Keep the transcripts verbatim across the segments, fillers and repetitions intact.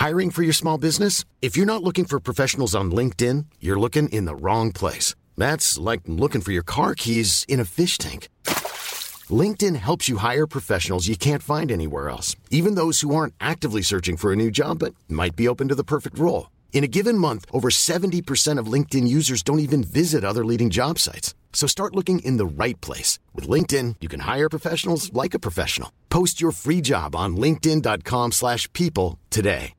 Hiring for your small business? If you're not looking for professionals on LinkedIn, you're looking in the wrong place. That's like looking for your car keys in a fish tank. LinkedIn helps you hire professionals you can't find anywhere else, even those who aren't actively searching for a new job but might be open to the perfect role. In a given month, over seventy percent of LinkedIn users don't even visit other leading job sites. So start looking in the right place. With LinkedIn, you can hire professionals like a professional. Post your free job on linkedin.com slash people today.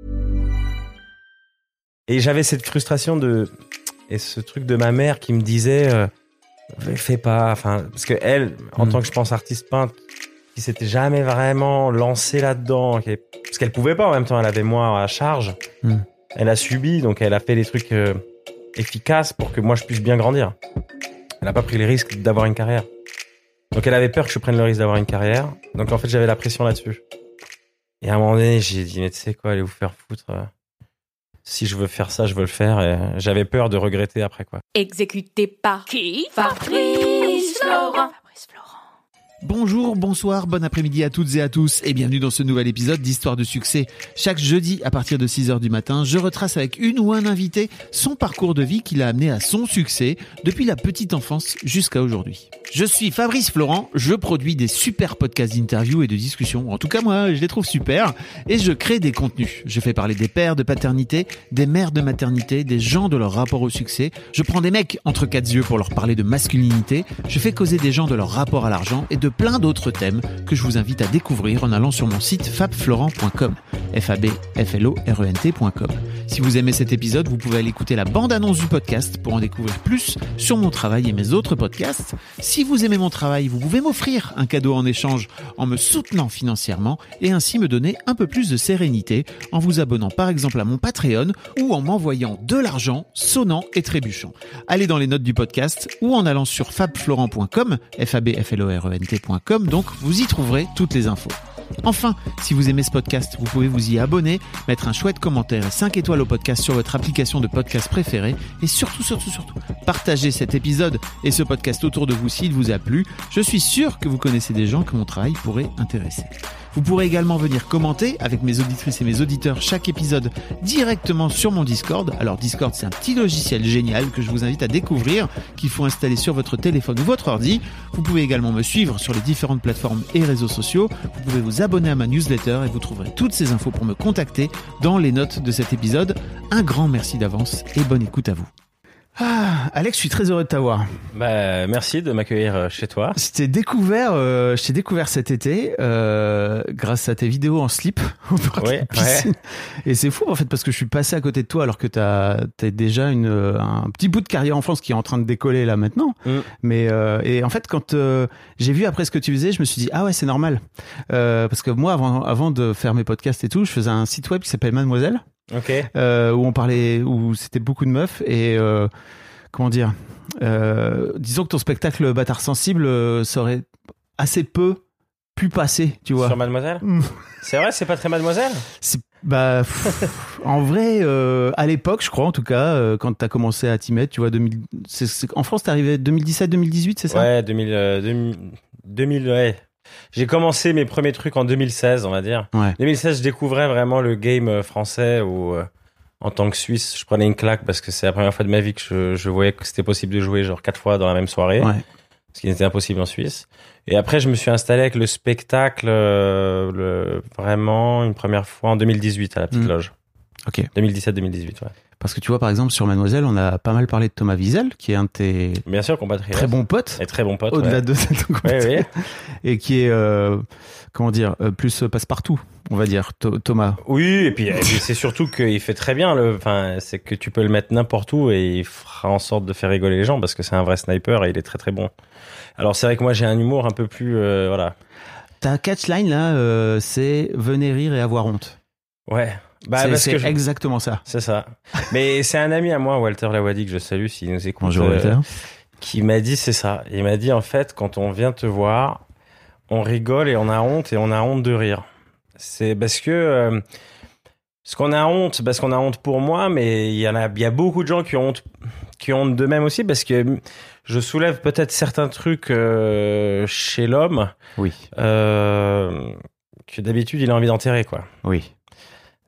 Et j'avais cette frustration de... Et ce truc de ma mère qui me disait... Euh, fais pas, enfin, parce que elle, en mmh. tant que je pense artiste peintre, qui s'était jamais vraiment lancée là-dedans, qui, parce qu'elle pouvait pas en même temps, elle avait moi à charge, mmh. elle a subi, donc elle a fait des trucs euh, efficaces pour que moi je puisse bien grandir. Elle a pas pris les risques d'avoir une carrière. Donc elle avait peur que je prenne le risque d'avoir une carrière, donc en fait j'avais la pression là-dessus. Et à un moment donné, j'ai dit, mais tu sais quoi, allez vous faire foutre. Euh... Si je veux faire ça, je veux le faire. Et j'avais peur de regretter après, quoi. Exécuté par qui? Fabrice Florent. Fabrice Florent. Bonjour, bonsoir, bon après-midi à toutes et à tous et bienvenue dans ce nouvel épisode d'Histoire de succès. Chaque jeudi à partir de six heures du matin, je retrace avec une ou un invité son parcours de vie qui l'a amené à son succès depuis la petite enfance jusqu'à aujourd'hui. Je suis Fabrice Florent, je produis des super podcasts d'interviews et de discussions. En tout cas, moi, je les trouve super et je crée des contenus. Je fais parler des pères de paternité, des mères de maternité, des gens de leur rapport au succès. Je prends des mecs entre quatre yeux pour leur parler de masculinité. Je fais causer des gens de leur rapport à l'argent et de plein d'autres thèmes que je vous invite à découvrir en allant sur mon site fab florent point com. F A B F L O R E N T point com. Si vous aimez cet épisode, vous pouvez aller écouter la bande-annonce du podcast pour en découvrir plus sur mon travail et mes autres podcasts. Si vous aimez mon travail, vous pouvez m'offrir un cadeau en échange en me soutenant financièrement et ainsi me donner un peu plus de sérénité en vous abonnant par exemple à mon Patreon ou en m'envoyant de l'argent sonnant et trébuchant. Allez dans les notes du podcast ou en allant sur fab florent point com, F A B F L O R E N T point com, donc vous y trouverez toutes les infos. Enfin, si vous aimez ce podcast, vous pouvez vous y abonner, mettre un chouette commentaire et cinq étoiles au podcast sur votre application de podcast préférée et surtout, surtout, surtout, partagez cet épisode et ce podcast autour de vous s'il vous a plu. Je suis sûr que vous connaissez des gens que mon travail pourrait intéresser. Vous pourrez également venir commenter avec mes auditrices et mes auditeurs chaque épisode directement sur mon Discord. Alors Discord, c'est un petit logiciel génial que je vous invite à découvrir, qu'il faut installer sur votre téléphone ou votre ordi. Vous pouvez également me suivre sur les différentes plateformes et réseaux sociaux. Vous pouvez vous abonner à ma newsletter et vous trouverez toutes ces infos pour me contacter dans les notes de cet épisode. Un grand merci d'avance et bonne écoute à vous. Ah, Alex, je suis très heureux de t'avoir. Bah, merci de m'accueillir chez toi. Je t'ai découvert, euh, je t'ai découvert cet été euh, grâce à tes vidéos en slip au bord de la piscine. Et c'est fou en fait parce que je suis passé à côté de toi alors que t'as, t'as déjà une, un petit bout de carrière en France qui est en train de décoller là maintenant. Mm. Mais euh, et en fait quand euh, j'ai vu après ce que tu faisais, je me suis dit ah ouais c'est normal euh, parce que moi avant avant de faire mes podcasts et tout, je faisais un site web qui s'appelle Mademoiselle. Okay. Euh, où on parlait, où c'était beaucoup de meufs et euh, comment dire, euh, disons que ton spectacle Bâtard sensible euh, serait assez peu pu passer, tu vois. Sur Mademoiselle. C'est vrai, c'est pas très Mademoiselle. C'est bah pff, en vrai, euh, à l'époque, je crois en tout cas, euh, quand t'as commencé à t'y mettre, tu vois, deux mille, c'est, c'est, en France, t'es arrivé deux mille dix-sept, deux mille dix-huit, c'est ça? Ouais, deux mille, euh, deux mille, deux mille, ouais. J'ai commencé mes premiers trucs en deux mille seize, on va dire. Ouais. deux mille seize, je découvrais vraiment le game français où, euh, en tant que Suisse, je prenais une claque parce que c'est la première fois de ma vie que je, je voyais que c'était possible de jouer genre quatre fois dans la même soirée. Ouais. Ce qui n'était impossible en Suisse. Et après, je me suis installé avec le spectacle, euh, le, vraiment, une première fois en deux mille dix-huit à la Petite mmh. Loge. Ok. deux mille dix-sept deux mille dix-huit, ouais. Parce que tu vois, par exemple, sur Mademoiselle, on a pas mal parlé de Thomas Wiesel, qui est un de tes Bien sûr, compatriote. très bons potes. Et très bon pote. Au-delà ouais. de cette ouais, ouais. Et qui est, euh, comment dire, euh, plus passe-partout, on va dire, Th- Thomas. Oui, et puis, et puis c'est surtout qu'il fait très bien. Le, enfin, c'est que tu peux le mettre n'importe où et il fera en sorte de faire rigoler les gens parce que c'est un vrai sniper et il est très très bon. Alors c'est vrai que moi j'ai un humour un peu plus, euh, voilà. Ta catchline là, euh, c'est venez rire et avoir honte. Ouais. Bah, c'est parce c'est que je... exactement ça. C'est ça. Mais c'est un ami à moi, Walter Lawadi, que je salue s'il nous écoute. Bonjour Walter. Euh, qui m'a dit c'est ça. Il m'a dit en fait, quand on vient te voir, on rigole et on a honte et on a honte de rire. C'est parce que euh, parce qu'on a honte, parce qu'on a honte pour moi, mais il y en a, il y a beaucoup de gens qui ont honte, qui ont honte d'eux-mêmes aussi, parce que je soulève peut-être certains trucs euh, chez l'homme. Oui. Euh, que d'habitude il a envie d'enterrer, quoi. Oui.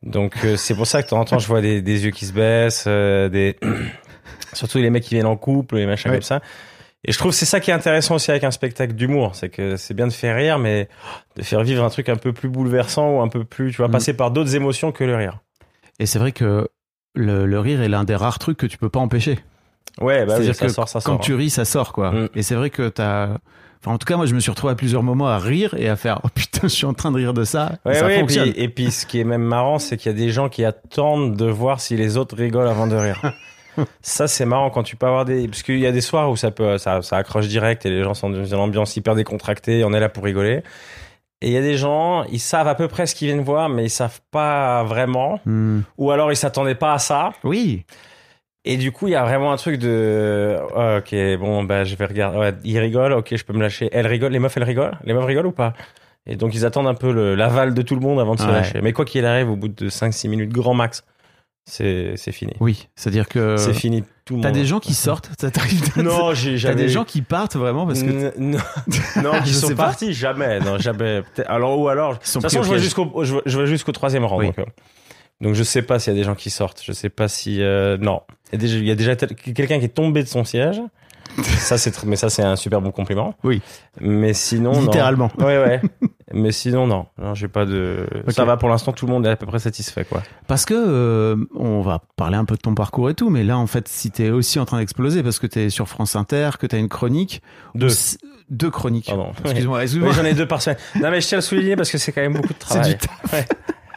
Donc euh, c'est pour ça que de temps en temps je vois des, des yeux qui se baissent, euh, des surtout les mecs qui viennent en couple, les machins ouais. comme ça. Et je trouve que c'est ça qui est intéressant aussi avec un spectacle d'humour, c'est que c'est bien de faire rire, mais de faire vivre un truc un peu plus bouleversant ou un peu plus, tu vois, Mm. passer par d'autres émotions que le rire. Et c'est vrai que le, le rire est l'un des rares trucs que tu peux pas empêcher. Ouais, bah oui, C'est-à-dire ça que sort, ça quand sort. tu ris, ça sort, quoi. Mm. Et c'est vrai que t'as... Enfin, en tout cas, moi, je me suis retrouvé à plusieurs moments à rire et à faire « Oh putain, je suis en train de rire de ça. » Ouais, Ça ouais, et fonctionne. puis, et puis ce qui est même marrant, c'est qu'il y a des gens qui attendent de voir si les autres rigolent avant de rire. Ça, c'est marrant quand tu peux avoir des... Parce qu'il y a des soirs où ça peut, ça, ça accroche direct et les gens sont dans une ambiance hyper décontractée, on est là pour rigoler. Et il y a des gens, ils savent à peu près ce qu'ils viennent voir, mais ils savent pas vraiment. Mm. Ou alors ils s'attendaient pas à ça. Oui. Et du coup, il y a vraiment un truc de... Oh, ok, bon, bah je vais regarder. Ouais, ils rigolent, ok, je peux me lâcher. Elles rigolent, les meufs, elles rigolent. Les meufs rigolent ou pas? Et donc ils attendent un peu le, l'aval de tout le monde avant de se Ouais. lâcher. Mais quoi qu'il arrive, au bout de cinq six minutes, grand max, c'est, c'est fini. Oui, c'est-à-dire que... C'est fini, tout le monde. T'as des gens qui sortent, ça t'arrive de- Non, j'ai T'as jamais... des gens qui partent vraiment parce que... N- non, non, qui Je sont sais pas. partis, jamais, non, jamais. Peut-être- Alors, ou alors, de sont toute pris façon, au je vais piège. jusqu'au, je vais, je vais jusqu'au troisième rang. Oui. Donc, euh, donc, je sais pas s'il y a des gens qui sortent. Je sais pas si, euh, non. Il y a déjà, il y a déjà tel- quelqu'un qui est tombé de son siège. Ça, c'est, tr- mais ça, c'est un super bon compliment. Oui. Mais sinon, Littéralement. non. Ouais, ouais. Mais sinon, non. Non, j'ai pas de, Ok. ça va pour l'instant, tout le monde est à peu près satisfait, quoi. Parce que euh, on va parler un peu de ton parcours et tout, mais là en fait, si t'es aussi en train d'exploser parce que t'es sur France Inter, que t'as une chronique, Deux. ou si- deux chroniques. Pardon. Excuse-moi, excuse-moi. Oui, j'en ai deux par semaine. Non, mais je tiens à le souligner parce que c'est quand même beaucoup de C'est travail. du taf. Ouais.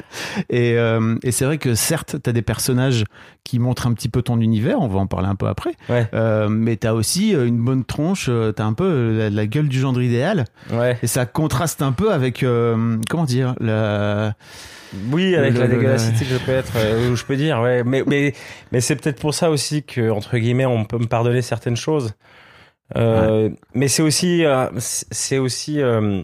Et, euh, et c'est vrai que certes, t'as des personnages qui montrent un petit peu ton univers, on va en parler un peu après, Ouais. euh, mais t'as aussi une bonne tronche, euh, t'as un peu euh, la, la gueule du gendre idéal, Ouais. et ça contraste un peu avec, euh, comment dire, la... Oui, avec Le- la le- dégueulassité que je peux être, euh, ou je peux dire, ouais. Mais, mais, mais c'est peut-être pour ça aussi que, entre guillemets, on peut me pardonner certaines choses. Euh, Mais c'est aussi, euh, c'est c'est aussi, euh,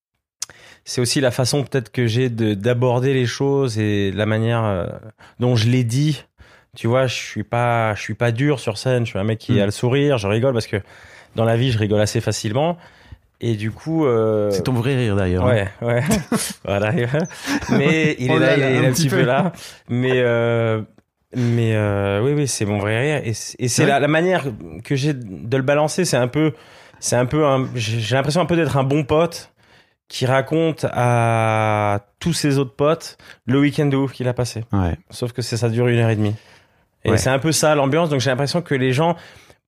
c'est aussi la façon peut-être que j'ai de d'aborder les choses et la manière euh, dont je les dis. Tu vois, je suis pas, je suis pas dur sur scène. Je suis un mec qui Mm. a le sourire. Je rigole parce que dans la vie, je rigole assez facilement. Et du coup, euh, C'est ton vrai rire d'ailleurs. hein. ouais, ouais. Voilà. Mais il est On là, l'a, il est, là, il est un un petit petit peu, peu. là. Mais, euh, mais euh, oui, oui, c'est mon vrai rire. Et c'est, et c'est Ouais. la, la manière que j'ai de le balancer. C'est un peu, c'est un peu, un, j'ai j'ai l'impression un peu d'être un bon pote qui raconte à tous ses autres potes le week-end de ouf qu'il a passé. Ouais. Sauf que c'est, ça dure une heure et demie. Et Ouais. c'est un peu ça l'ambiance. Donc j'ai l'impression que les gens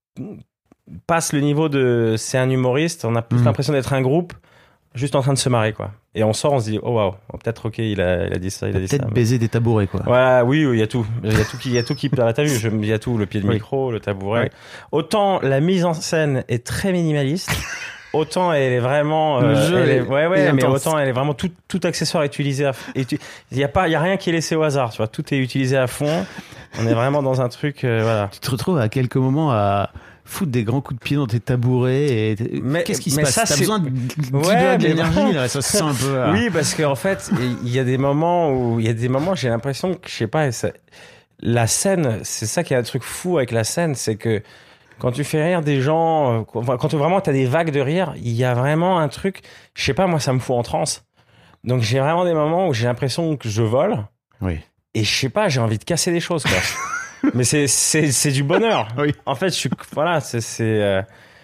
passent le niveau de c'est un humoriste. On a plus Mhm. l'impression d'être un groupe juste en train de se marrer, quoi. Et on sort, on se dit, oh waouh, peut-être, ok, il a, il a dit ça, il a dit ça. Peut-être mais- baiser des tabourets, quoi. Voilà, oui, oui, il y a tout. Il y a tout qui, il y a tout qui, t'as vu, je- il y a tout, le pied de Oui. micro, le tabouret. Oui. Autant la mise en scène est très minimaliste, autant elle est vraiment, Le euh, jeu elle est, est- ouais, est ouais, mais intense. autant elle est vraiment tout, tout accessoire utilisé à, et tu- il y a pas, il y a rien qui est laissé au hasard, tu vois, tout est utilisé à fond. On est vraiment dans un truc, euh, voilà. Tu te retrouves à quelques moments à foutre des grands coups de pied dans tes tabourets et t- Mais- qu'est-ce qui se mais passe? ça, T'as c'est- besoin de, Ouais, de mais l'énergie, bon. là, ça se sent un peu. là. Oui, parce qu'en fait, il y a des moments où, il y a des moments, j'ai l'impression que, je sais pas, ça- la scène, c'est ça qui est un truc fou avec la scène, c'est que quand tu fais rire des gens, euh, quand quand tu, vraiment t'as des vagues de rire, il y a vraiment un truc, je sais pas, moi ça me fout en transe. Donc j'ai vraiment des moments où j'ai l'impression que je vole Oui. et je sais pas, j'ai envie de casser des choses, quoi. Mais c'est, c'est, c'est du bonheur. Oui. En fait, je suis, voilà, c'est, c'est, euh,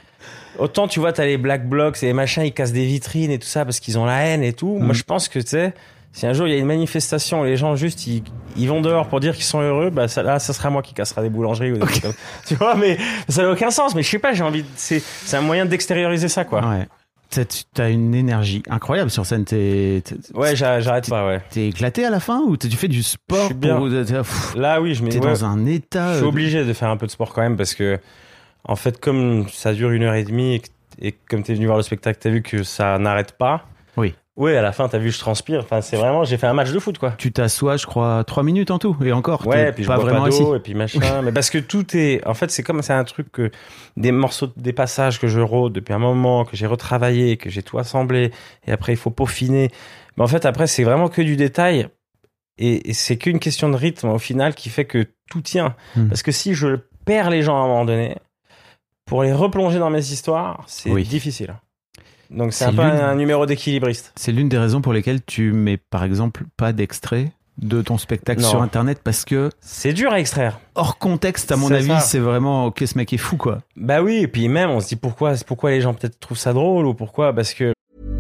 autant tu vois, t'as les black blocs et les machins, ils cassent des vitrines et tout ça parce qu'ils ont la haine et tout. Mm. Moi, je pense que, tu sais, si un jour il y a une manifestation où les gens juste, ils, ils vont dehors pour dire qu'ils sont heureux, bah, ça, là, ça sera moi qui cassera des boulangeries ou des trucs comme- tu vois, mais ça n'a aucun sens. Mais je sais pas, j'ai envie de, c'est, c'est un moyen d'extérioriser ça, quoi. Ouais. T'as- T'as une énergie incroyable sur scène. T'es t'es- Ouais, j'a- j'arrête pas, ouais. t'es éclaté à la fin ou t'es- tu fais du Je sport suis bien. pour- t'es- pff, Là, oui, je mets, T'es ouais. dans un état. Je suis euh, obligé de faire un peu de sport quand même parce que, en fait, comme ça dure une heure et demie et, que- et comme t'es venu voir le spectacle, t'as vu que ça n'arrête pas. Oui. Ouais, à la fin, t'as vu, je transpire. Enfin, c'est vraiment, j'ai fait un match de foot, quoi. Tu t'assois, je crois, trois minutes en tout et encore. Ouais, t'es puis je pas bois vraiment pas assis. d'eau et puis machin. Mais parce que tout est, en fait, c'est comme, c'est un truc que des morceaux, des passages que je rôde depuis un moment, que j'ai retravaillé, que j'ai tout assemblé et après il faut peaufiner. Mais en fait, après, c'est vraiment que du détail. Et, et c'est qu'une question de rythme au final qui fait que tout tient. Hmm. Parce que si je perds les gens à un moment donné, pour les replonger dans mes histoires, c'est Oui. difficile. Donc c'est C'est un peu l'une- un, un numéro d'équilibriste. C'est l'une des raisons pour lesquelles tu mets, par exemple, pas d'extrait de ton spectacle Non. sur Internet parce que C'est dur à extraire. hors contexte, à mon C'est avis, ça. c'est vraiment ok, ce mec est fou quoi. Bah oui, et puis même, on se dit pourquoi, pourquoi les gens peut-être trouvent ça drôle ou pourquoi, parce que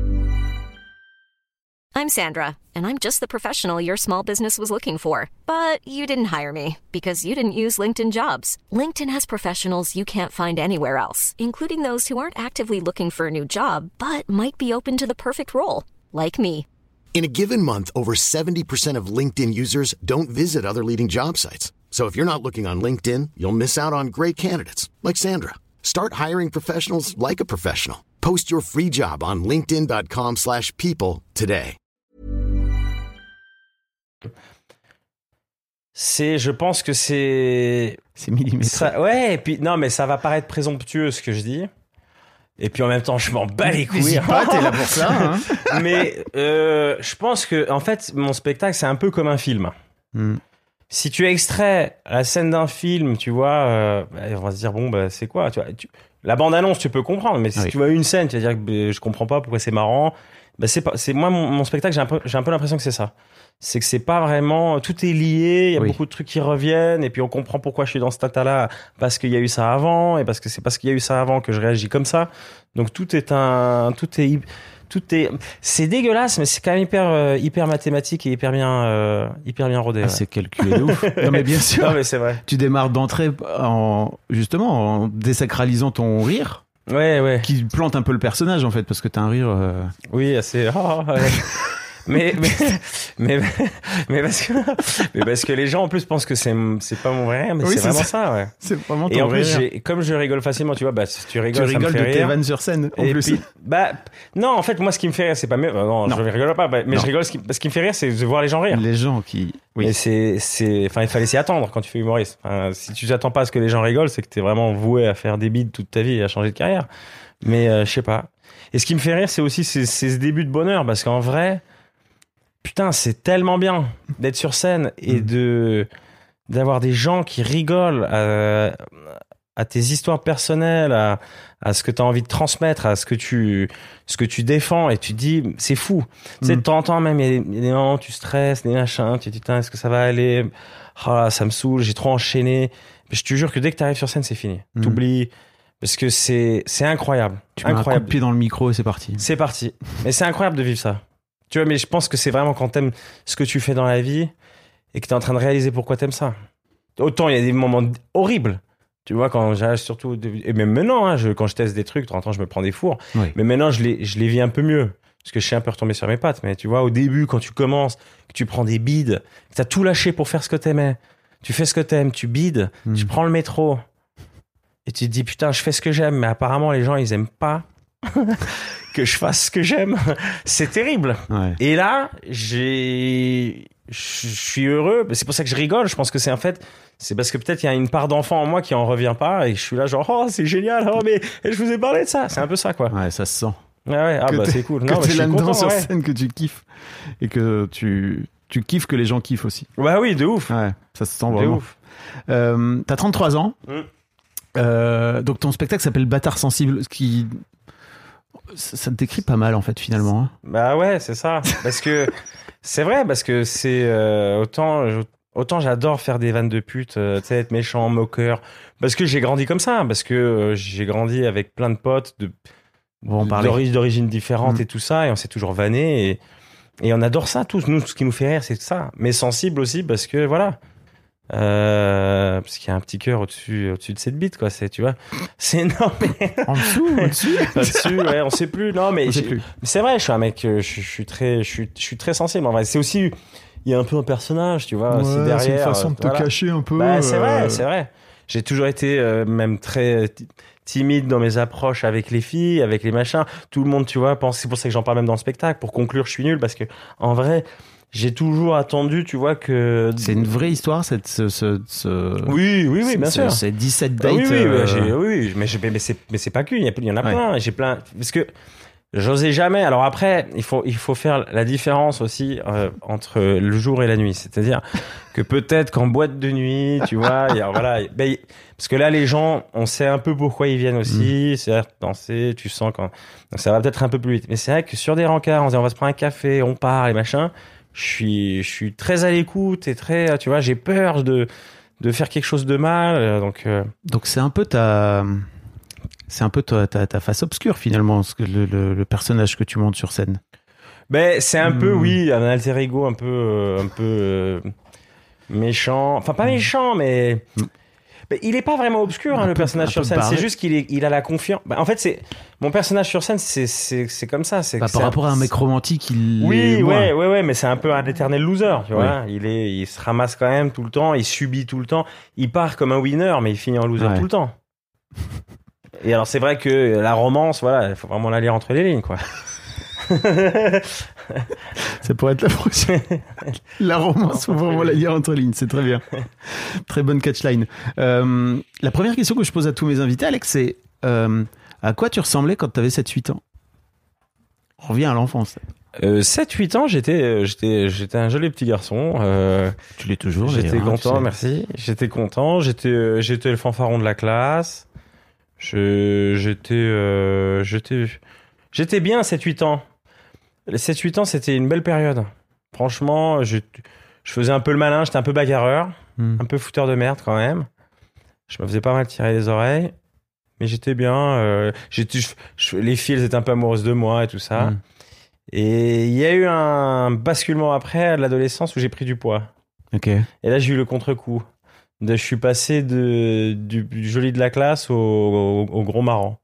I'm Sandra, and I'm just the professional your small business was looking for. But you didn't hire me because you didn't use LinkedIn Jobs. LinkedIn has professionals you can't find anywhere else, including those who aren't actively looking for a new job, but might be open to the perfect role, like me. In a given month, over seventy percent of LinkedIn users don't visit other leading job sites. So if you're not looking on LinkedIn, you'll miss out on great candidates like Sandra. Start hiring professionals like a professional. Post your free job on linkedin.com slash people today. c'est, je pense que c'est, C'est millimétré. ça, ouais, et puis non, mais ça va paraître présomptueux ce que je dis. Et puis en même temps, je m'en bats les couilles. N'hésite pas, t'es là pour ça. Hein. Mais euh, je pense que en fait, mon spectacle, c'est un peu comme un film. Mm. Si tu extrais la scène d'un film, tu vois, euh, bah, on va se dire bon, bah c'est quoi, tu vois, tu- la bande-annonce, tu peux comprendre, mais si Oui. tu vois une scène, tu vas dire que bah, je comprends pas pourquoi c'est marrant. Bah c'est pas, c'est moi mon, mon spectacle, j'ai un peu, j'ai un peu l'impression que c'est ça. C'est que c'est pas vraiment, tout est lié, il y a Oui. beaucoup de trucs qui reviennent, et puis on comprend pourquoi je suis dans cet état-là, parce qu'il y a eu ça avant, et parce que c'est parce qu'il y a eu ça avant que je réagis comme ça. Donc tout est un, tout est, hy- tout est, c'est dégueulasse, mais c'est quand même hyper, euh, hyper mathématique et hyper bien, euh, hyper bien rodé. Ah, ouais. c'est calculé de ouf. Non mais bien sûr. Non mais c'est vrai. Tu démarres d'entrée en justement en désacralisant ton rire, Ouais, ouais. qui plante un peu le personnage en fait, parce que t'as un rire. euh, Oui, assez. Oh, ouais. mais, mais, mais, mais, parce que, mais parce que les gens en plus pensent que c'est, c'est pas mon vrai rire, mais Oui, c'est c'est vraiment ça. ça, ouais. C'est vraiment ton Et en vrai plus, rire. j'ai, comme je rigole facilement, tu vois, bah, si tu Tu rigoles, ça me rigoles fait de tes rire. vannes sur scène en Et plus. puis, bah, non, en fait, moi, ce qui me fait rire, c'est pas mieux. Non, Non. je rigole pas, bah, mais Non. je rigole. Ce qui, ce qui me fait rire, c'est de voir les gens rire. Les gens qui. Oui. Et c'est, c'est, enfin, il fallait s'y attendre quand tu fais humoriste. Enfin, si tu t'attends pas à ce que les gens rigolent, c'est que t'es vraiment voué à faire des bides toute ta vie et à changer de carrière. Mais, euh, je sais pas. Et ce qui me fait rire, c'est aussi ces, ces ce début de bonheur, parce qu'en vrai, putain, c'est tellement bien d'être sur scène et Mm. de, d'avoir des gens qui rigolent à, à tes histoires personnelles, à, à ce que tu as envie de transmettre, à ce que tu, ce que tu défends, et tu te dis, c'est fou. Tu sais, Mm. de temps en temps, même, il y a des- il y a des moments où tu stresses, des machins, tu te dis, putain, est-ce que ça va aller? Oh là, ça me saoule, j'ai trop enchaîné. Mais je te jure que dès que tu arrives sur scène, c'est fini. Mm. T'oublies. Parce que c'est, c'est incroyable. Tu mets un coup incroyable. de pied dans le micro et c'est parti. C'est parti. Mais c'est incroyable de vivre ça. Tu vois, mais je pense que c'est vraiment quand t'aimes ce que tu fais dans la vie et que t'es en train de réaliser pourquoi t'aimes ça. Autant il y a des moments horribles. Tu vois, quand j'ai surtout, au début- et même maintenant, hein, je, quand je teste des trucs, de temps en temps, je me prends des fours. Oui. Mais maintenant, je les, je les vis un peu mieux. Parce que je sais un peu retomber sur mes pattes. Mais tu vois, au début, quand tu commences, que tu prends des bides, que t'as tout lâché pour faire ce que t'aimais, tu fais ce que t'aimes, tu bides, Mm. tu prends le métro. Et tu te dis, putain, je fais ce que j'aime, mais apparemment, les gens, ils aiment pas que je fasse ce que j'aime. C'est terrible. Ouais. Et là, j'ai, je suis heureux. C'est pour ça que je rigole. Je pense que c'est en fait, c'est parce que peut-être il y a une part d'enfant en moi qui en revient pas et je suis là genre, oh, c'est génial. Oh, mais je vous ai parlé de ça. C'est un peu ça, quoi. Ouais, ça se sent. Ouais, ouais. Ah, Que bah, t'es- c'est cool. que Non, mais je t'es suis là-dedans content, sur ouais. scène, que tu kiffes et que tu tu kiffes que les gens kiffent aussi. Bah oui, de ouf. Ouais, ça se sent De vraiment. ouf. Euh, t'as trente-trois ans. Mm. Euh, donc ton spectacle s'appelle Bâtard sensible, ce qui ça, ça te décrit pas mal en fait finalement. Hein. Bah ouais, c'est ça. Parce que c'est vrai, parce que c'est euh, autant, autant j'adore faire des vannes de pute, euh, tu sais, être méchant, moqueur, parce que j'ai grandi comme ça, parce que euh, j'ai grandi avec plein de potes de On va en parler. d'ori- d'origines différentes Mm. et tout ça, et on s'est toujours vanné et et on adore ça tous. Nous, ce qui nous fait rire, c'est ça. Mais sensible aussi parce que voilà. Euh, parce qu'il y a un petit cœur au-dessus, au-dessus de cette bite, quoi. C'est, tu vois, c'est énorme. En dessous, au-dessus. Là-dessus, ouais, on sait plus. Non, mais On sait j'ai- plus. c'est vrai, je suis un mec, euh, je, je suis très, je suis, je suis très sensible. En vrai, c'est aussi, il y a un peu un personnage, tu vois, aussi derrière. c'est une façon de euh, te voilà. cacher un peu. Bah, c'est euh, vrai, c'est vrai. J'ai toujours été euh, même très ti- timide dans mes approches avec les filles, avec les machins. Tout le monde, tu vois, pense. C'est pour ça que j'en parle même dans le spectacle. Pour conclure, je suis nul parce que en vrai, j'ai toujours attendu, tu vois, que. C'est une vraie histoire cette ce, ce, ce- Oui, oui, oui, bien ce- sûr. C'est dix-sept Ah dates. oui, oui, euh, ouais, j'ai- oui, oui, mais, j'ai- mais c'est, mais c'est pas qu'une, il y, a- il y en a Ouais. plein. J'ai plein, parce que j'osais jamais. Alors après, il faut, il faut faire la différence aussi euh, entre le jour et la nuit. C'est-à-dire que peut-être qu'en boîte de nuit, tu vois, il y a, voilà, ben, il- parce que là, les gens, on sait un peu pourquoi ils viennent aussi. C'est-à-dire danser, tu sens quand, donc ça va peut-être un peu plus vite. Mais c'est vrai que sur des rencarts, on se dit on va se prendre un café, on part, les machins. je suis, je suis très à l'écoute et très, tu vois, j'ai peur de, de faire quelque chose de mal. Donc, euh... donc c'est un peu ta, c'est un peu ta, ta, ta face obscure finalement, ce que le, le, le personnage que tu montes sur scène. Ben, c'est un mmh. peu, oui, un alter ego un peu, euh, un peu euh, méchant. Enfin, pas méchant, mais. Mmh. Ben, il est pas vraiment obscur, hein, le peu, personnage sur scène. C'est juste qu'il est, il a la confiance. Ben, en fait, c'est mon personnage sur scène, c'est, c'est, c'est comme ça. C'est, bah, c'est par un... rapport à un mec romantique, il. Oui, est ouais, moins. ouais, ouais, mais c'est un peu un éternel loser, tu vois. Oui. Il est, il se ramasse quand même tout le temps, il subit tout le temps. Il part comme un winner, mais il finit en loser ouais. tout le temps. Et alors, c'est vrai que la romance, voilà, il faut vraiment la lire entre les lignes, quoi. Ça pourrait être la prochaine. La romance, faut vraiment la lire entre lignes, c'est très bien. Très bonne catchline. Euh, la première question que je pose à tous mes invités, Alex, c'est euh, à quoi tu ressemblais quand tu avais sept huit ans ? On revient à l'enfance. Euh, sept huit ans, j'étais, j'étais, j'étais un joli petit garçon. Euh, tu l'es toujours. J'étais hein, content, merci. J'étais content. J'étais, j'étais le fanfaron de la classe. Je, j'étais, euh, j'étais, j'étais bien à sept huit ans. Les sept huit ans, c'était une belle période. Franchement, je, je faisais un peu le malin, j'étais un peu bagarreur, mmh. un peu fouteur de merde quand même. Je me faisais pas mal tirer les oreilles, mais j'étais bien. Euh, j'étais, je, je, les filles, elles étaient un peu amoureuses de moi et tout ça. Mmh. Et il y a eu un basculement après à l'adolescence où j'ai pris du poids. Okay. Et là, j'ai eu le contre-coup. De, je suis passé de, du, du joli de la classe au, au, au gros marrant.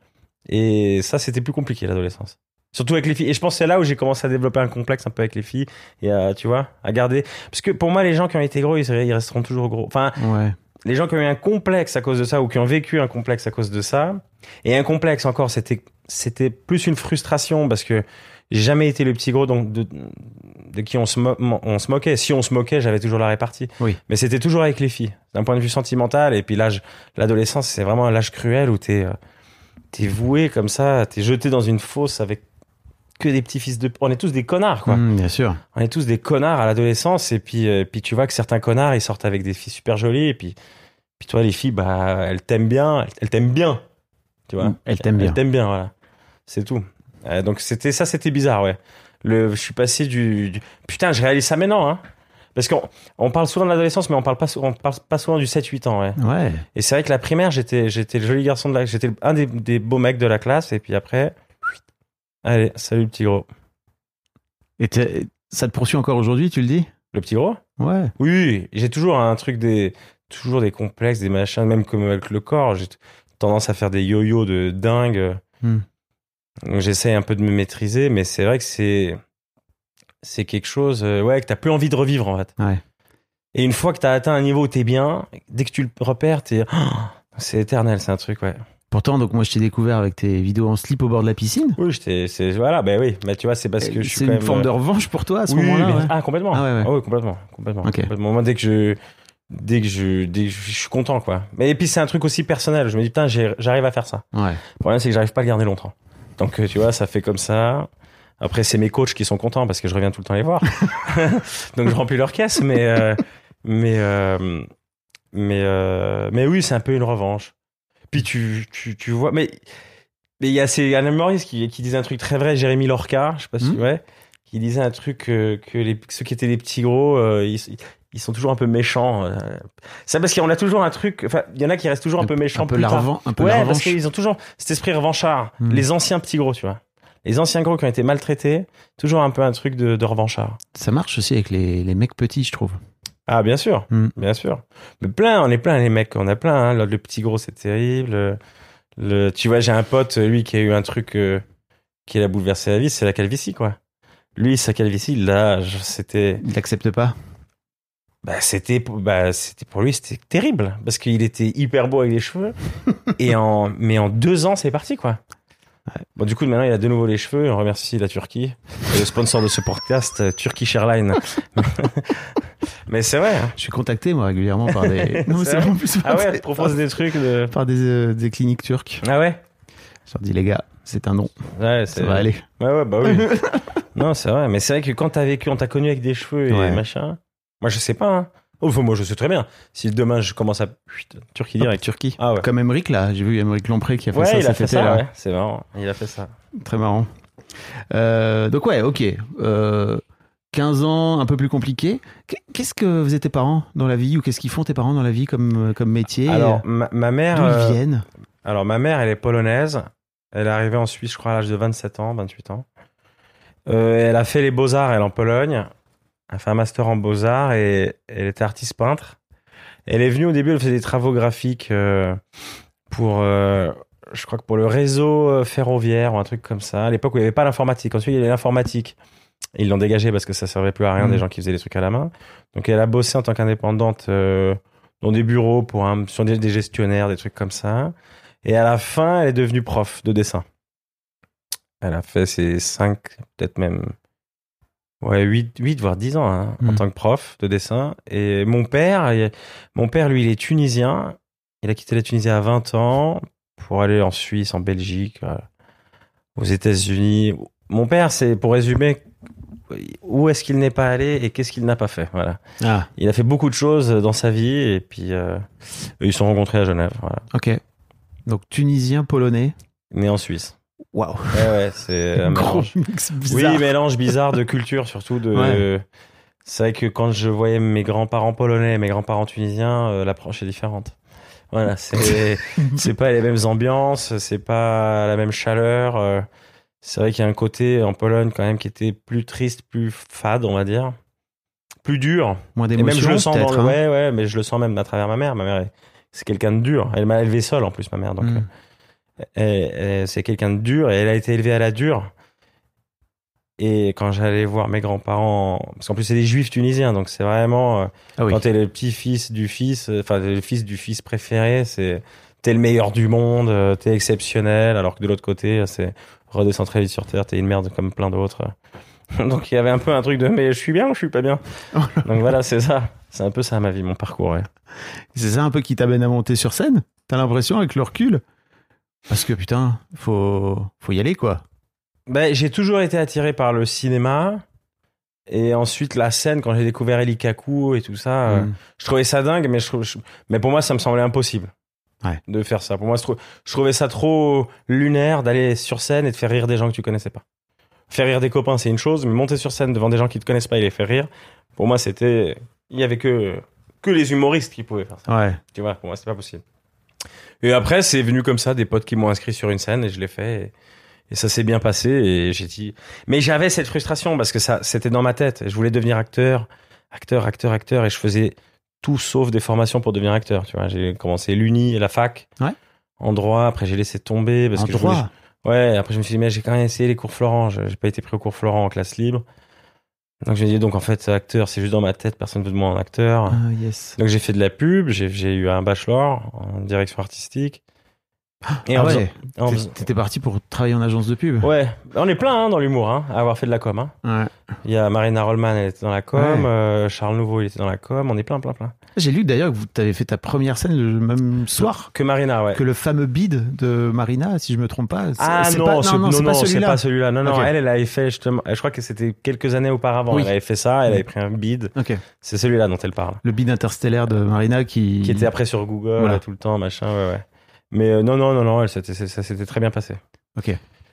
Et ça, c'était plus compliqué, l'adolescence. Surtout avec les filles. Et je pense que c'est là où j'ai commencé à développer un complexe un peu avec les filles. Et à, tu vois, à garder. Parce que pour moi, les gens qui ont été gros, ils, ils resteront toujours gros. Enfin, ouais. Les gens qui ont eu un complexe à cause de ça ou qui ont vécu un complexe à cause de ça. Et un complexe encore, c'était, c'était plus une frustration parce que j'ai jamais été le petit gros donc de, de qui on se, mo- on se moquait. Si on se moquait, j'avais toujours la répartie. Oui. Mais c'était toujours avec les filles. D'un point de vue sentimental. Et puis l'âge, l'adolescence, c'est vraiment un âge cruel où t'es, t'es voué comme ça, t'es jeté dans une fosse avec que des petits fils de... On est tous des connards, quoi. Mmh, bien sûr. On est tous des connards à l'adolescence. Et puis, euh, puis tu vois que certains connards, ils sortent avec des filles super jolies. Et puis, puis toi, les filles, bah, elles t'aiment bien. Elles t'aiment bien. Tu vois. Mmh, elles t'aiment bien. Elles t'aiment bien, voilà. C'est tout. Euh, donc, c'était, ça, c'était bizarre, ouais. Le, je suis passé du, du... Putain, je réalise ça maintenant, hein. Parce qu'on on parle souvent de l'adolescence, mais on parle pas, on parle pas souvent du sept huit ans, ouais. Ouais. Et c'est vrai que la primaire, j'étais, j'étais le joli garçon de la... J'étais un des, des beaux mecs de la classe. Et puis après... Allez, salut le petit gros. Et ça te poursuit encore aujourd'hui, tu le dis ? Le petit gros ? Ouais. Oui, j'ai toujours un truc des, toujours des complexes, des machins, même comme avec le corps. J'ai tendance à faire des yo-yo de dingue. Hmm. Donc j'essaie un peu de me maîtriser, mais c'est vrai que c'est, c'est quelque chose, euh, ouais, que t'as plus envie de revivre en fait. Ouais. Et une fois que t'as atteint un niveau où t'es bien, dès que tu le repères, t'es, oh, c'est éternel, c'est un truc, ouais. Pourtant, donc moi, je t'ai découvert avec tes vidéos en slip au bord de la piscine. Oui, j'étais, c'est, voilà, ben oui, mais tu vois, c'est parce que je suis c'est quand une même... forme de revanche pour toi à ce oui, moment-là. Mais... Ouais. Ah, complètement. Ah, ouais, ouais. Ah, oui, complètement, complètement. Okay. complètement. Moi, dès que je, dès que je, dès que je suis content, quoi. Mais et puis c'est un truc aussi personnel. Je me dis putain, j'ai, j'arrive à faire ça. Ouais. Le problème, c'est que j'arrive pas à le garder longtemps. Donc, tu vois, ça fait comme ça. Après, c'est mes coachs qui sont contents parce que je reviens tout le temps les voir. Donc, je remplis leur caisse, mais, euh, mais, euh, mais, euh, mais oui, c'est un peu une revanche. Puis tu, tu, tu vois, mais mais il y a ces Alain Maurice qui, qui disait un truc très vrai, Jérémy Lorca, je sais pas si mmh. tu vois, qui disait un truc que, que les, ceux qui étaient des petits gros, euh, ils, ils sont toujours un peu méchants. Euh. C'est parce qu'on a toujours un truc, enfin, il y en a qui restent toujours un, un peu méchants. Un peu plus la tard. revan- un peu ouais, la revanche. parce qu'ils ont toujours cet esprit revanchard. Mmh. Les anciens petits gros, tu vois. Les anciens gros qui ont été maltraités, toujours un peu un truc de, de revanchard. Ça marche aussi avec les, les mecs petits, je trouve. Ah, bien sûr, mmh. bien sûr. Mais plein, on est plein, les mecs, on a plein. Hein. Le, le petit gros, c'est terrible. Le, le, tu vois, j'ai un pote, lui, qui a eu un truc euh, qui l'a bouleversé la vie, c'est la calvitie, quoi. Lui, sa calvitie, là, c'était... Il l'accepte pas. Bah, c'était, bah, c'était pour lui, c'était terrible. Parce qu'il était hyper beau avec les cheveux. et en, mais en deux ans, c'est parti, quoi. Ouais. Bon, du coup, maintenant, il a de nouveau les cheveux. On remercie la Turquie. Et le sponsor de ce podcast, Turkish Airlines. Mais c'est vrai. Hein. Je suis contacté, moi, régulièrement par des... Non, mais c'est vrai en plus ah ouais, des... tu proposes des trucs de... Par des, euh, des cliniques turques. Ah ouais? Je leur dis, les gars, c'est un nom. Ouais, c'est... Ça va aller. Ouais, ouais, bah oui. Non, c'est vrai. Mais c'est vrai que quand t'as vécu, on t'a connu avec des cheveux et ouais. machin. Moi, je sais pas, hein. Enfin, moi, je sais très bien. Si demain, je commence à... Putain, Turquie direct. Turquie. Ah ouais. Comme Emmerich, là. J'ai vu Emmerich Lompré qui a fait ouais, ça il cet a fait été, ça, là. ouais. C'est marrant. Il a fait ça. Très marrant. Euh, donc, ouais, ok. Euh, quinze ans, un peu plus compliqué. Qu'est-ce que faisaient tes parents dans la vie ou qu'est-ce qu'ils font tes parents dans la vie comme, comme métier? Alors, ma, ma mère... D'où ils euh, viennent? Alors, ma mère, elle est polonaise. Elle est arrivée en Suisse, je crois, à l'âge de vingt-sept ans, vingt-huit ans. Euh, elle a fait les beaux-arts, elle, en Pologne. Elle a fait un master en beaux-arts et elle était artiste peintre. Elle est venue au début, elle faisait des travaux graphiques euh, pour, euh, je crois que pour le réseau ferroviaire ou un truc comme ça. À l'époque où il n'y avait pas l'informatique. Ensuite, il y avait l'informatique. Ils l'ont dégagé parce que ça servait plus à rien, mmh. des gens qui faisaient des trucs à la main. Donc, elle a bossé en tant qu'indépendante euh, dans des bureaux pour un, sur des, des gestionnaires, des trucs comme ça. Et à la fin, elle est devenue prof de dessin. Elle a fait ses cinq, peut-être même, ouais, huit, huit voire dix ans hein, mmh. en tant que prof de dessin. Et mon père, il, mon père, lui, il est tunisien. Il a quitté la Tunisie à vingt ans pour aller en Suisse, en Belgique, aux États-Unis. Mon père, c'est, pour résumer, où est-ce qu'il n'est pas allé et qu'est-ce qu'il n'a pas fait. Voilà. Ah. Il a fait beaucoup de choses dans sa vie et puis euh, ils se sont rencontrés à Genève. Voilà. Ok. Donc tunisien, polonais. Né en Suisse. Waouh. Ouais, ouais, c'est un mélange. Mix bizarre. Oui, mélange bizarre de culture, surtout de. Ouais. C'est vrai que quand je voyais mes grands-parents polonais et mes grands-parents tunisiens, euh, l'approche est différente. Voilà, c'est c'est pas les mêmes ambiances, c'est pas la même chaleur. Euh, c'est vrai qu'il y a un côté en Pologne quand même qui était plus triste, plus fade, on va dire, plus dur. Moins d'émotions. Et même je le sens dans le hein. ouais, ouais, mais je le sens même à travers ma mère. Ma mère, c'est quelqu'un de dur. Elle m'a élevé seule en plus, ma mère, donc. Mm. Elle, elle, c'est quelqu'un de dur et elle a été élevée à la dure. Et quand j'allais voir mes grands-parents, parce qu'en plus c'est des juifs tunisiens, donc c'est vraiment ah oui. quand t'es le petit-fils du fils, enfin le fils du fils préféré, c'est t'es le meilleur du monde, t'es exceptionnel, alors que de l'autre côté c'est redescends très vite sur terre, t'es une merde comme plein d'autres. Donc il y avait un peu un truc de mais je suis bien ou je suis pas bien. Donc voilà, c'est ça, c'est un peu ça ma vie, mon parcours. Ouais. C'est ça un peu qui t'amène à monter sur scène. T'as l'impression avec le recul? Parce que putain, faut, faut y aller quoi. Ben, j'ai toujours été attiré par le cinéma et ensuite la scène quand j'ai découvert Eli Kaku et tout ça. Mm. Euh, je trouvais ça dingue, mais, je, je, mais pour moi ça me semblait impossible ouais. de faire ça. Pour moi, je, trou, je trouvais ça trop lunaire d'aller sur scène et de faire rire des gens que tu connaissais pas. Faire rire des copains c'est une chose, mais monter sur scène devant des gens qui te connaissent pas et les faire rire, pour moi c'était, il y avait que que les humoristes qui pouvaient faire ça. Ouais. Tu vois, pour moi c'était pas possible. Et après, c'est venu comme ça, des potes qui m'ont inscrit sur une scène et je l'ai fait. Et, et ça s'est bien passé et j'ai dit... Mais j'avais cette frustration parce que ça, c'était dans ma tête. Je voulais devenir acteur, acteur, acteur, acteur. Et je faisais tout sauf des formations pour devenir acteur. Tu vois, j'ai commencé l'uni et la fac ouais. en droit. Après, j'ai laissé tomber. Parce en que droit je voulais... Ouais, après, je me suis dit, mais j'ai quand même essayé les cours Florent. J'ai pas été pris au cours Florent en classe libre. Donc je me dis donc en fait acteur c'est juste dans ma tête, personne ne veut de moi en acteur. Ah, yes. Donc j'ai fait de la pub, j'ai, j'ai eu un bachelor en direction artistique. Et ah en ouais, faisant, en... t'étais parti pour travailler en agence de pub. Ouais, on est plein hein, dans l'humour, hein, à avoir fait de la com. Hein. Ouais. Il y a Marina Rollman, elle était dans la com, ouais. euh, Charles Nouveau, il était dans la com, on est plein, plein, plein. J'ai lu d'ailleurs que vous t'avez fait ta première scène le même soir que Marina, ouais. Que le fameux bid de Marina, si je me trompe pas. C'est, ah c'est non, pas, non, c'est, non, non, c'est, non, pas celui-là. c'est pas celui-là. Non, non, okay. elle, elle avait fait justement, je crois que c'était quelques années auparavant, oui. Elle avait fait ça, elle avait pris un bid. Okay. C'est celui-là dont elle parle. Le bid interstellaire de Marina qui... Qui était après sur Google, voilà. tout le temps, machin, ouais, ouais. Mais euh, non, non, non, non, elle, ça, ça, ça s'était très bien passé. Ok. Et,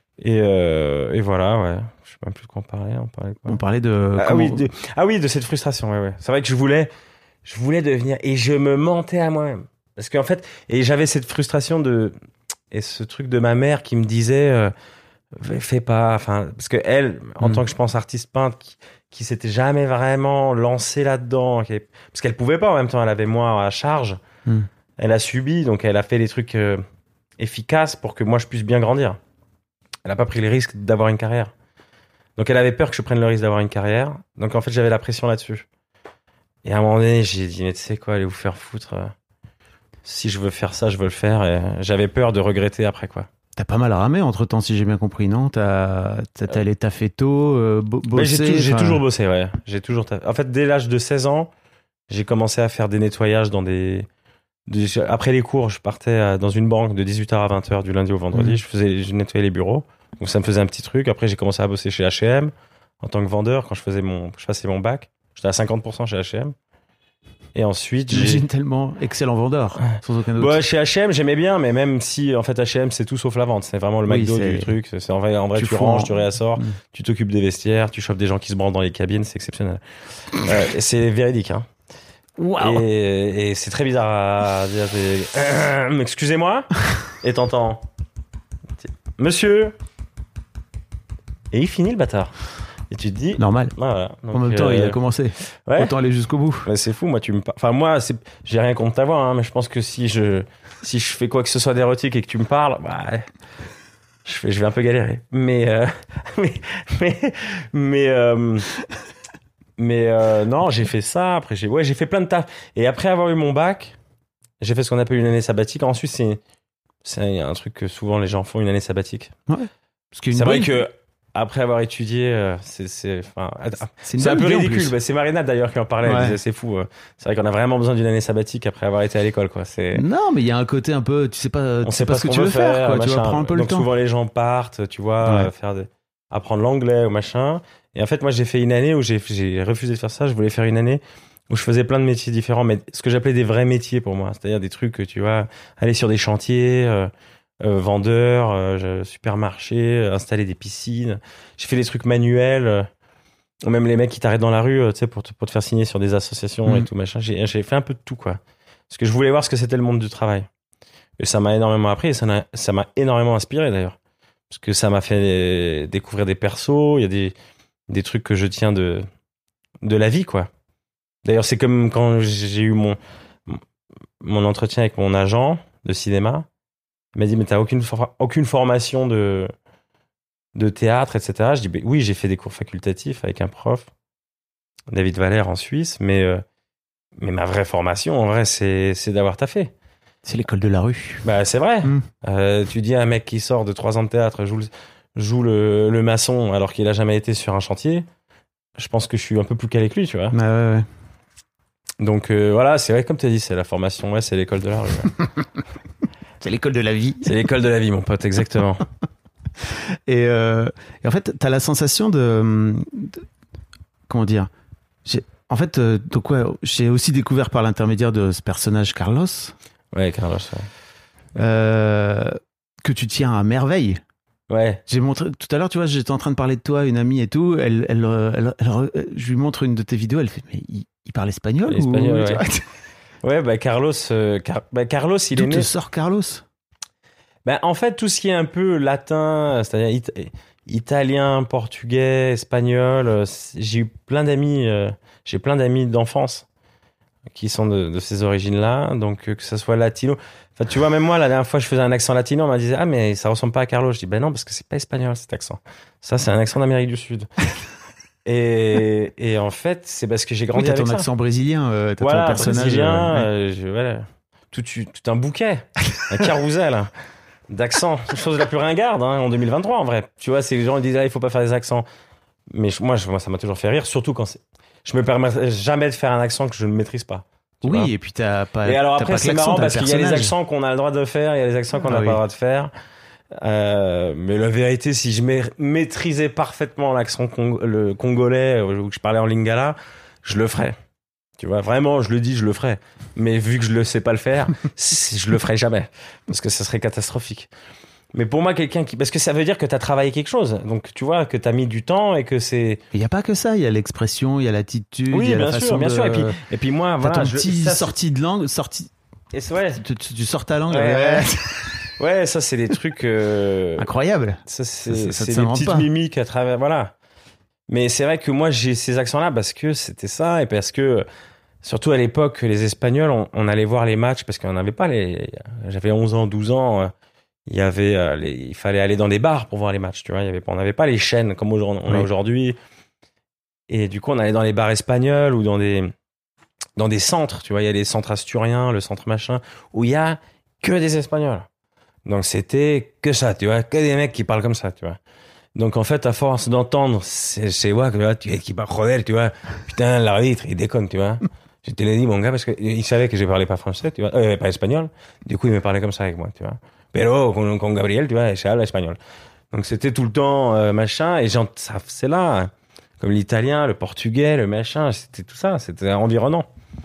euh, et voilà, ouais. Je sais même plus de quoi on parlait. On parlait, quoi. On parlait de... Ah, comment... oui, de... ah oui, de cette frustration, ouais, ouais. C'est vrai que je voulais, je voulais devenir... Et je me mentais à moi-même. Parce qu'en fait... Et j'avais cette frustration de... Et ce truc de ma mère qui me disait... Euh, fais pas... Enfin, parce que elle, en mmh. tant que, je pense, artiste peintre, qui, qui s'était jamais vraiment lancée là-dedans, qui... parce qu'elle pouvait pas en même temps, elle avait moi à charge... Mmh. Elle a subi, donc elle a fait des trucs euh, efficaces pour que moi je puisse bien grandir. Elle n'a pas pris le risque d'avoir une carrière. Donc elle avait peur que je prenne le risque d'avoir une carrière. Donc en fait j'avais la pression là-dessus. Et à un moment donné j'ai dit mais tu sais quoi, allez vous faire foutre. Si je veux faire ça, je veux le faire. Et j'avais peur de regretter après quoi. T'as pas mal ramé entre temps si j'ai bien compris, non? T'as, t'as, t'as allé taffer tôt, euh, bo- bosser. J'ai, tout, j'ai toujours bossé, ouais. J'ai toujours taffé. En fait dès l'âge de seize ans, j'ai commencé à faire des nettoyages dans des... Après les cours, je partais dans une banque de dix-huit heures à vingt heures du lundi au vendredi. Mmh. Je faisais, je nettoyais les bureaux. Donc ça me faisait un petit truc. Après, j'ai commencé à bosser chez H et M en tant que vendeur quand je faisais mon, je passais mon bac. J'étais à cinquante pour cent chez H et M. Et ensuite, j'ai... J'imagine tellement excellent vendeur, sans aucun doute. Ouais, chez H et M, j'aimais bien, mais même si, en fait, H et M, c'est tout sauf la vente. C'est vraiment le Oui, McDo c'est- du truc. C'est en vrai, en vrai Tu tu, fous ranges, en- tu réassors, Mm. tu t'occupes des vestiaires, tu chopes des gens qui se branlent dans les cabines, c'est exceptionnel. euh, c'est véridique, hein. Waouh. Et, et c'est très bizarre à dire. c'est- Euh, excusez-moi. Et t'entends, monsieur. Et il finit le bâtard. Et tu te dis, Normal. ah, voilà. Donc, En même temps, euh, il a commencé. ouais. Autant aller jusqu'au bout. Ouais, c'est fou, moi tu me par- enfin moi c'est j'ai rien contre ta voix hein, mais je pense que si je si je fais quoi que ce soit d'érotique et que tu me parles, bah je fais je vais un peu galérer. Mais euh, mais mais mais euh, mais euh, non, j'ai fait ça, après j'ai ouais, j'ai fait plein de taf et après avoir eu mon bac, j'ai fait ce qu'on appelle une année sabbatique. En Suisse, c'est c'est un truc que souvent les gens font, une année sabbatique. Parce qu'il y a une C'est vrai bonne- que après avoir étudié, euh, c'est c'est enfin c'est, une c'est un bonne peu idée, en ridicule. plus. Bah, c'est Marina d'ailleurs qui en parlait. Elle Ouais. disait c'est fou. euh. C'est vrai qu'on a vraiment besoin d'une année sabbatique après avoir été à l'école, quoi. C'est Non, mais il y a un côté un peu, tu sais pas, on tu sait pas ce que qu'on tu veut veux faire, quoi. Tu vas machin. prendre un peu le Donc temps. souvent les gens partent, tu vois, Ouais. euh, faire des... apprendre l'anglais ou machin. Et en fait, moi j'ai fait une année où j'ai j'ai refusé de faire ça. Je voulais faire une année où je faisais plein de métiers différents, mais ce que j'appelais des vrais métiers pour moi, c'est-à-dire des trucs que tu vois, aller sur des chantiers. Euh, Euh, vendeur, euh, je- supermarché, euh, installer des piscines. J'ai fait des trucs manuels. euh, même les mecs qui t'arrêtent dans la rue, euh, tu sais, pour te, pour te faire signer sur des associations Mhm. et tout machin. J'ai, j'ai fait un peu de tout, quoi. Parce que je voulais voir ce que c'était le monde du travail. Et ça m'a énormément appris et ça m'a, ça m'a énormément inspiré d'ailleurs. Parce que ça m'a fait découvrir des persos. Il y a des, des trucs que je tiens de, de la vie, quoi. D'ailleurs, c'est comme quand j'ai eu mon, mon entretien avec mon agent de cinéma. Il m'a dit, mais t'as aucune, for- aucune formation de, de théâtre, et cetera. Je dis, bah, oui, j'ai fait des cours facultatifs avec un prof, David Valère en Suisse, mais, euh, mais ma vraie formation, en vrai, c'est, c'est d'avoir taffé. C'est l'école de la rue. Bah, c'est vrai. Mm. Euh, tu dis à un mec qui sort de trois ans de théâtre, joue, le, joue le, le maçon alors qu'il a jamais été sur un chantier, je pense que je suis un peu plus calé que lui, tu vois. Ouais, ouais, ouais. Donc euh, voilà, c'est vrai, comme tu as dit, c'est la formation, ouais, c'est l'école de la rue. Ouais. C'est l'école de la vie. C'est l'école de la vie, mon pote, exactement. Et, euh, et en fait, t'as la sensation de, de- comment dire j'ai, En fait, euh, donc ouais, j'ai aussi découvert par l'intermédiaire de ce personnage Carlos Ouais, Carlos. Ouais. euh, que tu tiens à merveille. Ouais. J'ai montré tout à l'heure, tu vois, j'étais en train de parler de toi à une amie et tout. Elle, elle, euh, elle, elle, elle- je lui montre une de tes vidéos. Elle fait, mais il, il parle espagnol Il parle ou espagnol, tu ouais. vois, Ouais, bah Carlos, euh, Car- bah, Carlos, il D'où est te né. sort Carlos? Bah, en fait, tout ce qui est un peu latin, c'est-à-dire it- italien, portugais, espagnol, euh, c'est- j'ai eu plein d'amis, euh, j'ai plein d'amis d'enfance qui sont de, de ces origines-là, donc euh, que ça soit latino. Enfin, tu vois, même moi, la dernière fois, je faisais un accent latino, on m'a dit, ah, mais ça ressemble pas à Carlos. Je dis, ben non, parce que c'est pas espagnol, cet accent. Ça, c'est un accent d'Amérique du Sud. et, et en fait, c'est parce que j'ai Oui, grandi t'as avec ton ça. accent brésilien, euh, t'as Voilà, ton personnage. brésilien, euh, ouais. euh, je- voilà. tout, tu- tout un bouquet, un carrousel d'accents. Chose la plus ringarde hein, en deux mille vingt-trois, en vrai. Tu vois, c'est les gens ils disent, ah, il faut pas faire des accents. Mais je- moi, je- moi, ça m'a toujours fait rire, surtout quand c'est. Je me permets jamais de faire un accent que je ne maîtrise pas. tu vois. Oui, et puis t'as pas. Et alors t'as après, pas que c'est l'accent, marrant t'as le parce qu'il y a les personnage. accents qu'on a le droit de faire, il y a les accents qu'on Ah n'a oui. pas le droit de faire. Euh, mais la vérité, si je ma- maîtrisais parfaitement l'accent cong- le congolais ou que je parlais en lingala, je le ferais. Tu vois, vraiment, je le dis, je le ferais. Mais vu que je ne sais pas le faire, si- je le ferai jamais. Parce que ça serait catastrophique. Mais pour moi, quelqu'un qui. Parce que ça veut dire que tu as travaillé quelque chose. Donc, tu vois, que tu as mis du temps et que c'est. Il n'y a pas que ça, il y a l'expression, il y a l'attitude, Oui, il y a bien la sûr, façon bien de... sûr. Et puis, et puis moi, T'as voilà. ton je- petit ça, c'est- sortie de langue, sortie... et c'est- ouais. Tu, tu- tu sors ta langue. Ouais, ouais. ouais. Ouais, ça, c'est des trucs. euh, Incroyable. Ça, c'est Ça, ça- ça te c'est des s'invente petites pas. mimiques à travers. Voilà. Mais c'est vrai que moi, j'ai ces accents-là parce que c'était ça et parce que, surtout à l'époque, les Espagnols, on, on allait voir les matchs parce qu'on n'avait pas les. J'avais onze ans, douze ans. euh, Il y avait, euh, les- il fallait aller dans des bars pour voir les matchs, tu vois. Il y avait, pas- on n'avait pas les chaînes comme aujourd'hui- on a Oui. aujourd'hui. Et du coup, on allait dans les bars espagnols ou dans des, dans des centres, tu vois. Il y a les centres asturiens, le centre machin, où il y a que des Espagnols. Donc c'était que ça, tu vois, que des mecs qui parlent comme ça, tu vois. Donc en fait, à force d'entendre, c'est c'est ouais, que, tu vois, qui parle joder, tu vois. Putain, l'arbitre, il déconne, tu vois. Je te l'ai dit, mon gars, parce qu'il savait que je parlais pas français, tu vois, euh, pas espagnol. Du coup, il me parlait comme ça avec moi, tu vois. Pero con, con Gabriel, tu vois, je habla espagnol. Donc c'était tout le temps euh, machin, et j'en- ça, c'est là, hein. Comme l'italien, le portugais, le machin, c'était tout ça, c'était environnant.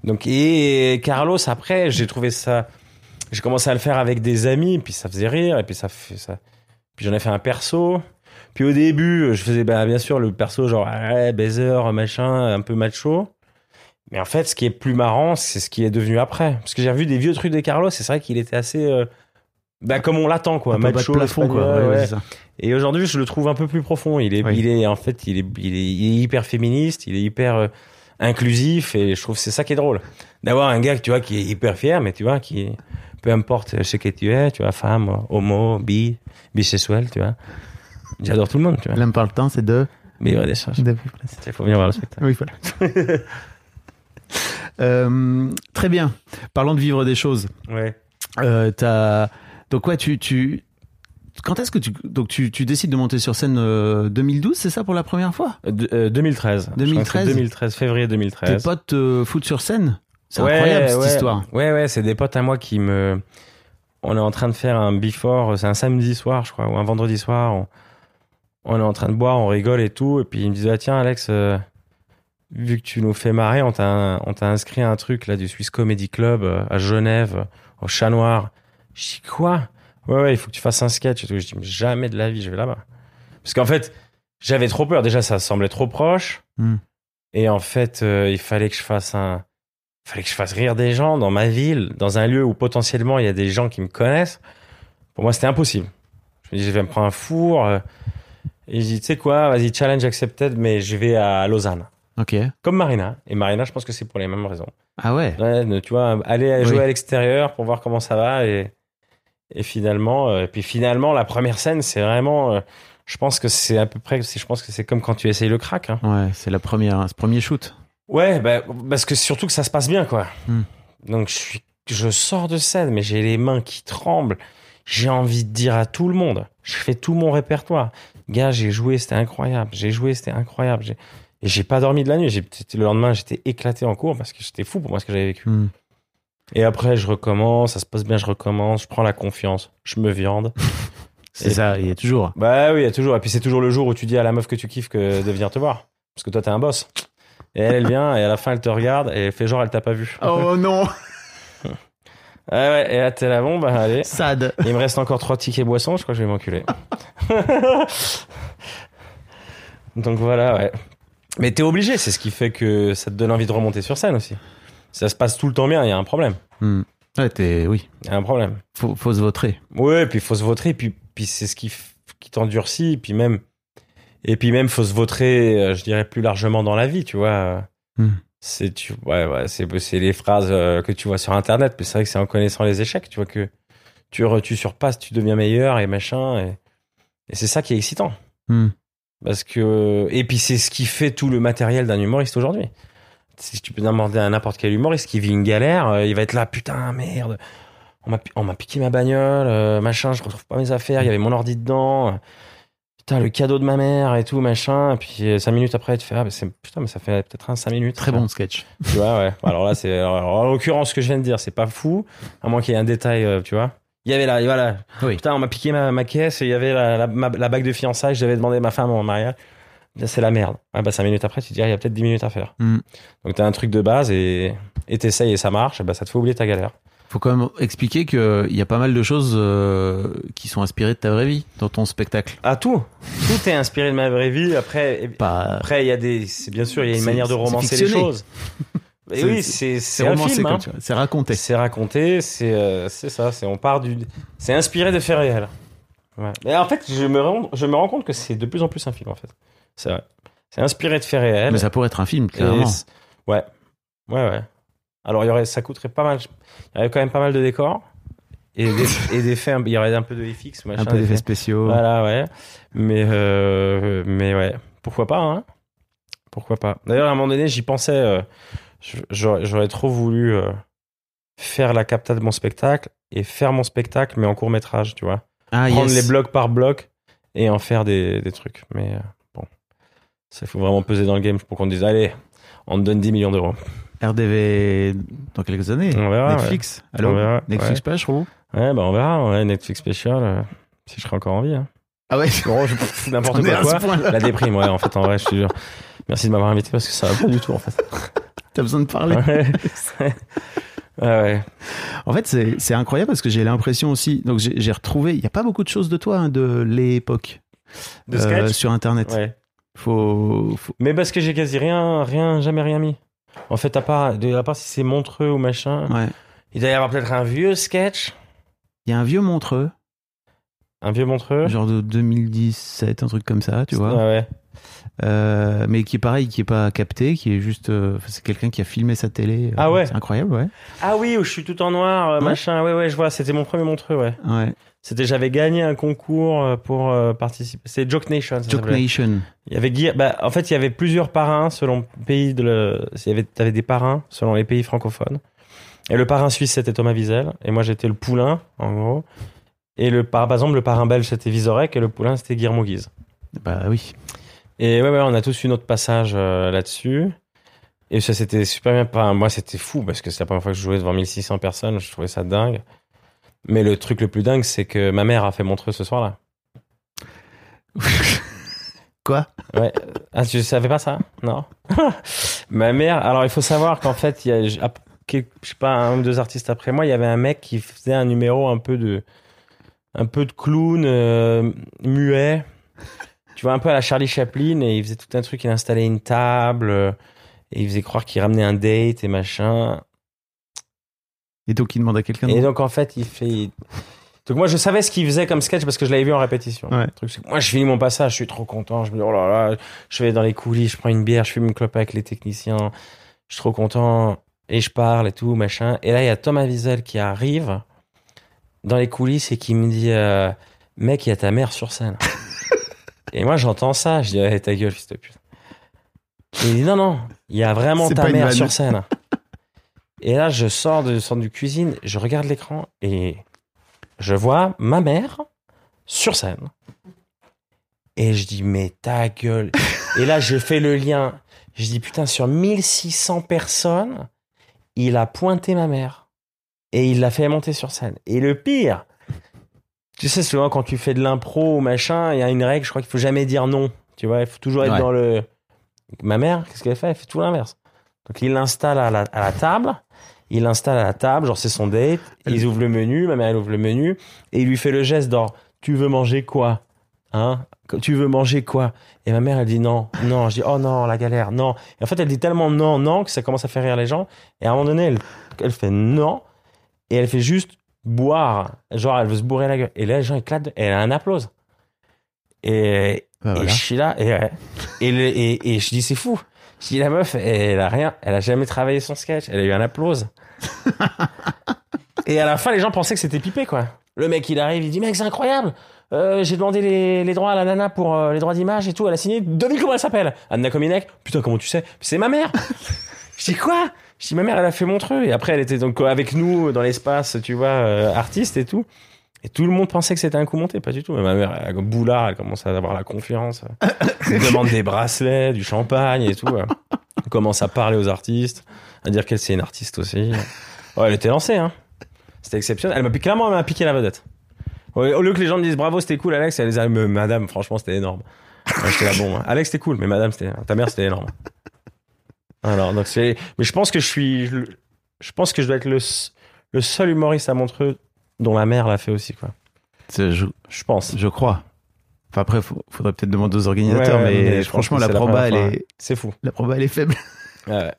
Donc, et Carlos, après, j'ai trouvé ça... J'ai commencé à le faire avec des amis, puis ça faisait rire, et puis ça fait ça. Puis j'en ai fait un perso. Puis au début, je faisais bah, bien sûr le perso genre ouais, baiser, machin, un peu macho. Mais en fait, ce qui est plus marrant, c'est ce qui est devenu après. Parce que j'ai revu des vieux trucs de Carlos, et c'est vrai qu'il était assez... Euh, bah, comme on l'attend, quoi. Un peu macho, bas de plafond, quoi. Ouais, Ouais, ouais. c'est ça. Et aujourd'hui, je le trouve un peu plus profond. Il est, Oui. il est en fait, il est, il est, il est hyper féministe, il est hyper euh, inclusif, et je trouve que c'est ça qui est drôle. D'avoir un gars, tu vois, qui est hyper fier, mais tu vois, qui... Peu importe ce que tu es, tu vois, femme, homo, bi, bisexuel, tu vois. J'adore tout le monde, tu vois. L'un par le temps, c'est de... Mais il y a des choses. de... Il faut venir voir le spectacle. Oui, voilà. euh, très bien. Parlons de vivre des choses. Ouais. Euh, t'as... Donc, ouais, tu... tu... Quand est-ce que tu... Donc, tu, tu décides de monter sur scène euh, deux mille douze, c'est ça, pour la première fois? De, euh, deux mille treize. deux mille treize. deux mille treize, février deux mille treize. Tes potes te foutent sur scène? C'est ouais, incroyable, cette ouais, histoire. Ouais, ouais, c'est des potes à moi qui me... On est en train de faire un before, c'est un samedi soir, je crois, ou un vendredi soir. On, on est en train de boire, on rigole et tout. Et puis ils me disent, ah, tiens, Alex, euh, vu que tu nous fais marrer, on t'a, on t'a inscrit à un truc là du Swiss Comedy Club euh, à Genève, au Chat Noir. Je dis, quoi? Ouais, ouais, il faut que tu fasses un sketch et tout. Je dis, mais jamais de la vie, je vais là-bas. Parce qu'en fait, j'avais trop peur. Déjà, ça semblait trop proche. Mm. Et en fait, euh, il fallait que je fasse un... Il fallait que je fasse rire des gens dans ma ville, dans un lieu où potentiellement il y a des gens qui me connaissent. Pour moi, c'était impossible. Je me dis, je vais me prendre un four. euh, Et je dis, tu sais quoi, vas-y, challenge accepted, mais je vais à Lausanne. Ok. Comme Marina. Et Marina, je pense que c'est pour les mêmes raisons. Ah ouais. Ouais, tu vois, aller jouer Oui. à l'extérieur pour voir comment ça va. Et, et finalement, euh, et puis finalement, la première scène, c'est vraiment... euh, je pense que c'est à peu près... c'est- Je pense que c'est comme quand tu essayes le crack. Hein. Ouais, c'est la première, ce premier shoot. Ouais, bah, parce que surtout que ça se passe bien, quoi. Hmm. Donc, je, suis, je sors de scène, mais j'ai les mains qui tremblent. J'ai envie de dire à tout le monde. Je fais tout mon répertoire. Gars, j'ai joué, c'était incroyable. J'ai joué, c'était incroyable. J'ai... Et j'ai pas dormi de la nuit. J'ai... Le lendemain, j'étais éclaté en cours parce que c'était fou pour moi ce que j'avais vécu. Hmm. Et après, je recommence, ça se passe bien, je recommence, je prends la confiance, je me viande. C'est Et- ça, il y a toujours. Bah oui, il y a toujours. Et puis c'est toujours le jour où tu dis à la meuf que tu kiffes que de venir te voir. Parce que toi, t'es un boss. Et elle, elle vient, et à la fin, elle te regarde, et elle fait genre, elle t'a pas vu. Oh non. Ah ouais, et là, t'es là, bon, bah allez. Sad. Il me reste encore trois tickets boissons, je crois que je vais m'enculer. Donc voilà, ouais. Mais t'es obligé, c'est ce qui fait que ça te donne envie de remonter sur scène aussi. Si ça se passe tout le temps bien, il y a un problème. Hmm. Ouais, t'es... Oui, Il y a un problème. faut, faut se vautrer. Ouais, puis il faut se vautrer, puis, puis c'est ce qui, f- qui t'endurcit, puis même... Et puis même, faut se vautrer, euh, je dirais, plus largement dans la vie, tu vois. Hmm. C'est, tu, ouais, ouais, c'est, c'est les phrases euh, que tu vois sur Internet, mais c'est vrai que c'est en connaissant les échecs, tu vois, que tu, re- tu surpasses, tu deviens meilleur et machin, et, et c'est ça qui est excitant. Hmm. Parce que, et puis c'est ce qui fait tout le matériel d'un humoriste aujourd'hui. Si tu peux demander à n'importe quel humoriste qui vit une galère, euh, il va être là, putain, merde, on m'a, pi- on m'a piqué ma bagnole, euh, machin, je retrouve pas mes affaires, il y avait mon ordi dedans, euh, putain, le cadeau de ma mère et tout, machin, et puis euh, cinq minutes après, tu fais, ah, bah, c'est, putain, mais ça fait peut-être un cinq minutes. Très ça. bon sketch. Tu vois, ouais. Alors là, c'est, alors, en l'occurrence, ce que je viens de dire, c'est pas fou, à moins qu'il y ait un détail, euh, tu vois. Il y avait là, voilà. Oui. Putain, on m'a piqué ma, ma caisse et il y avait la, la, ma- la bague de fiançailles, je devais demander ma femme en mariage. Là, c'est la merde. Ah bah, cinq minutes après, tu te dis, ah, il y a peut-être dix minutes à faire. Hmm. Donc, t'as un truc de base et, et t'essayes et ça marche, et bah, ça te fait oublier ta galère. Faut quand même expliquer qu'il y a pas mal de choses euh, qui sont inspirées de ta vraie vie dans ton spectacle. Ah, tout. Tout est inspiré de ma vraie vie. Après, Pas... après, il y a des, c'est bien sûr, il y a une C'est- manière de c'est romancer les fictionné. choses. Et oui, c'est, c'est, un romancé film, comme hein. tu vois. C'est raconté. C'est raconté, c'est, euh, c'est ça, c'est, on part du, c'est inspiré de faits réels. Ouais. Et en fait, je me rends, je me rends compte que c'est de plus en plus un film, en fait. C'est vrai. C'est inspiré de faits réels. Mais ça pourrait être un film, Et clairement. c- ouais. Ouais, ouais. Alors, il y aurait, ça coûterait pas mal. Il y aurait quand même pas mal de décors. Et des, et des faits, il y aurait un peu de F X, machin. Un peu des d'effets faits. spéciaux. Voilà, ouais. Mais, euh, mais ouais. Pourquoi pas, hein? Pourquoi pas. D'ailleurs, à un moment donné, j'y pensais. euh, je- j'aurais, j'aurais trop voulu euh, faire la capta de mon spectacle et faire mon spectacle, mais en court métrage, tu vois. Ah, Prendre yes. les blocs par bloc et en faire des, des trucs. Mais euh, bon, ça, il faut vraiment peser dans le game pour qu'on dise, allez, on te donne dix millions d'euros. R D V dans quelques années. On verra, Netflix. Alors, On verra, Netflix ouais. pas, je trouve. Ouais, bah on verra. Ouais, Netflix spécial, euh, si je serai encore en vie. Hein. Ah ouais. Bon, je fous n'importe On est quoi. à ce quoi. point-là. La déprime, ouais, en fait, en vrai, je te jure. Merci de m'avoir invité parce que ça va pas du tout, en fait. T'as besoin de parler. Ouais. Ah ouais. En fait, c'est, c'est incroyable parce que j'ai l'impression aussi. Donc, j'ai, j'ai retrouvé. Il n'y a pas beaucoup de choses de toi, hein, de l'époque. De sketch euh, sur Internet. Ouais. Faut, faut... Mais parce que j'ai quasi rien, rien, jamais rien mis. En fait, à part, de, à part si c'est Montreux ou machin, Ouais. il doit y avoir peut-être un vieux sketch. Il y a un vieux Montreux, Un vieux Montreux. genre de deux mille dix-sept, un truc comme ça, tu vois. Ah ouais. Euh, mais qui est pareil, qui est pas capté, qui est juste. Euh, c'est quelqu'un qui a filmé sa télé. Ah ouais. C'est incroyable, ouais. Ah oui, où je suis tout en noir, euh, Ouais. machin. Ouais, ouais, je vois. C'était mon premier Montreux, ouais. Ouais. C'était, j'avais gagné un concours euh, pour euh, participer. C'est Joke Nation. Ça Joke s'appelait. Nation. Il y avait Guy- bah, en fait, il y avait plusieurs parrains selon le pays de le. Il y avait, t'avais des parrains selon les pays francophones. Et le parrain suisse, c'était Thomas Wiesel. Et moi, j'étais le poulain, en gros. Et le, par, par exemple, le parrain belge, c'était Vizorek. Et le poulain, c'était Guillermo Guise. Bah oui. Et ouais, ouais, on a tous eu notre passage euh, là-dessus. Et ça, c'était super bien. Enfin, moi, c'était fou parce que c'est la première fois que je jouais devant mille six cents personnes. Je trouvais ça dingue. Mais le truc le plus dingue, c'est que ma mère a fait Montreux ce soir-là. Quoi? Ouais. Ah, tu savais pas ça? Non. Ma mère. Alors, il faut savoir qu'en fait, il y a, je je sais pas, un ou deux artistes après moi, il y avait un mec qui faisait un numéro un peu de, un peu de clown euh, muet. Tu vois, un peu à la Charlie Chaplin, et il faisait tout un truc. Il installait une table euh, et il faisait croire qu'il ramenait un date et machin. Et donc, il demande à quelqu'un. Et donc, en fait, il fait. Donc, moi, je savais ce qu'il faisait comme sketch parce que je l'avais vu en répétition. Ouais. Le truc, c'est que moi, je finis mon passage, je suis trop content. Je me dis, oh là là, je vais dans les coulisses, je prends une bière, je fume une clope avec les techniciens. Je suis trop content. Et je parle et tout, machin. Et là, il y a Thomas Wiesel qui arrive dans les coulisses et qui me dit, euh, mec, il y a ta mère sur scène. Et moi, j'entends ça. Je dis, hey, ta gueule, fils de pute. Et il dit, non, non, il y a vraiment C'est ta pas une mère vanne. sur scène. Et là, je sors de, sors du cuisine, je regarde l'écran et je vois ma mère sur scène. Et je dis, mais ta gueule. Et là, je fais le lien. Je dis, putain, sur mille six cents personnes, il a pointé ma mère. Et il l'a fait monter sur scène. Et le pire, tu sais, souvent, quand tu fais de l'impro ou machin, il y a une règle, je crois qu'il faut jamais dire non. Tu vois, il faut toujours être Ouais. dans le... Ma mère, qu'est-ce qu'elle fait? Elle fait tout l'inverse. Donc, il l'installe à la, à la table. Il l'installe à la table, genre c'est son date. Ils ouvrent le menu, ma mère elle ouvre le menu et il lui fait le geste d'or. Tu veux manger quoi? Hein? Tu veux manger quoi? Et ma mère elle dit non, non. Je dis oh non, la galère, non. Et en fait elle dit tellement non, non que ça commence à faire rire les gens. Et à un moment donné elle, elle fait non et elle fait juste boire. Genre elle veut se bourrer la gueule. Et là les gens éclatent et elle a un applause. Et, Bah, et voilà. je suis là et, ouais. et, le- et, et je dis c'est fou. Je dis la meuf elle a rien, elle a jamais travaillé son sketch. Elle a eu un applause. Et à la fin, les gens pensaient que c'était pipé, quoi. Le mec, il arrive, il dit, mec, c'est incroyable. Euh, j'ai demandé les, les droits à la nana pour euh, les droits d'image et tout. Elle a signé. Devine comment elle s'appelle? Anna Kominek. Putain, comment tu sais? C'est ma mère. Je dis quoi? Je dis, ma mère, elle a fait Montreux. Et après, elle était donc avec nous dans l'espace, tu vois, euh, artiste et tout. Et tout le monde pensait que c'était un coup monté. Pas du tout. Mais ma mère, elle, comme boulard, elle commence à avoir la confiance. Elle demande des bracelets, du champagne et tout. Elle commence à parler aux artistes, à dire qu'elle c'est une artiste aussi. Ouais, elle était lancée, hein. C'était exceptionnel. Elle m'a piqué, clairement, elle m'a piqué la vedette. Au au lieu que les gens me disent bravo, c'était cool, Alex, elle les a, mais madame, franchement, c'était énorme. Ouais, j'étais là, bon, hein. Alex, c'était cool, mais madame, c'était, ta mère, c'était énorme. Alors, donc c'est, mais je pense que je suis, je, je pense que je dois être le, le seul humoriste à Montreux dont la mère l'a fait aussi, quoi. C'est- Je, Je pense. je crois. Enfin, après, faut, faudrait peut-être demander aux organisateurs, Ouais, ouais, mais, mais je pense franchement, que la c'est la proba, elle première fois. est, C'est fou. la proba, elle est faible. Ouais, ouais.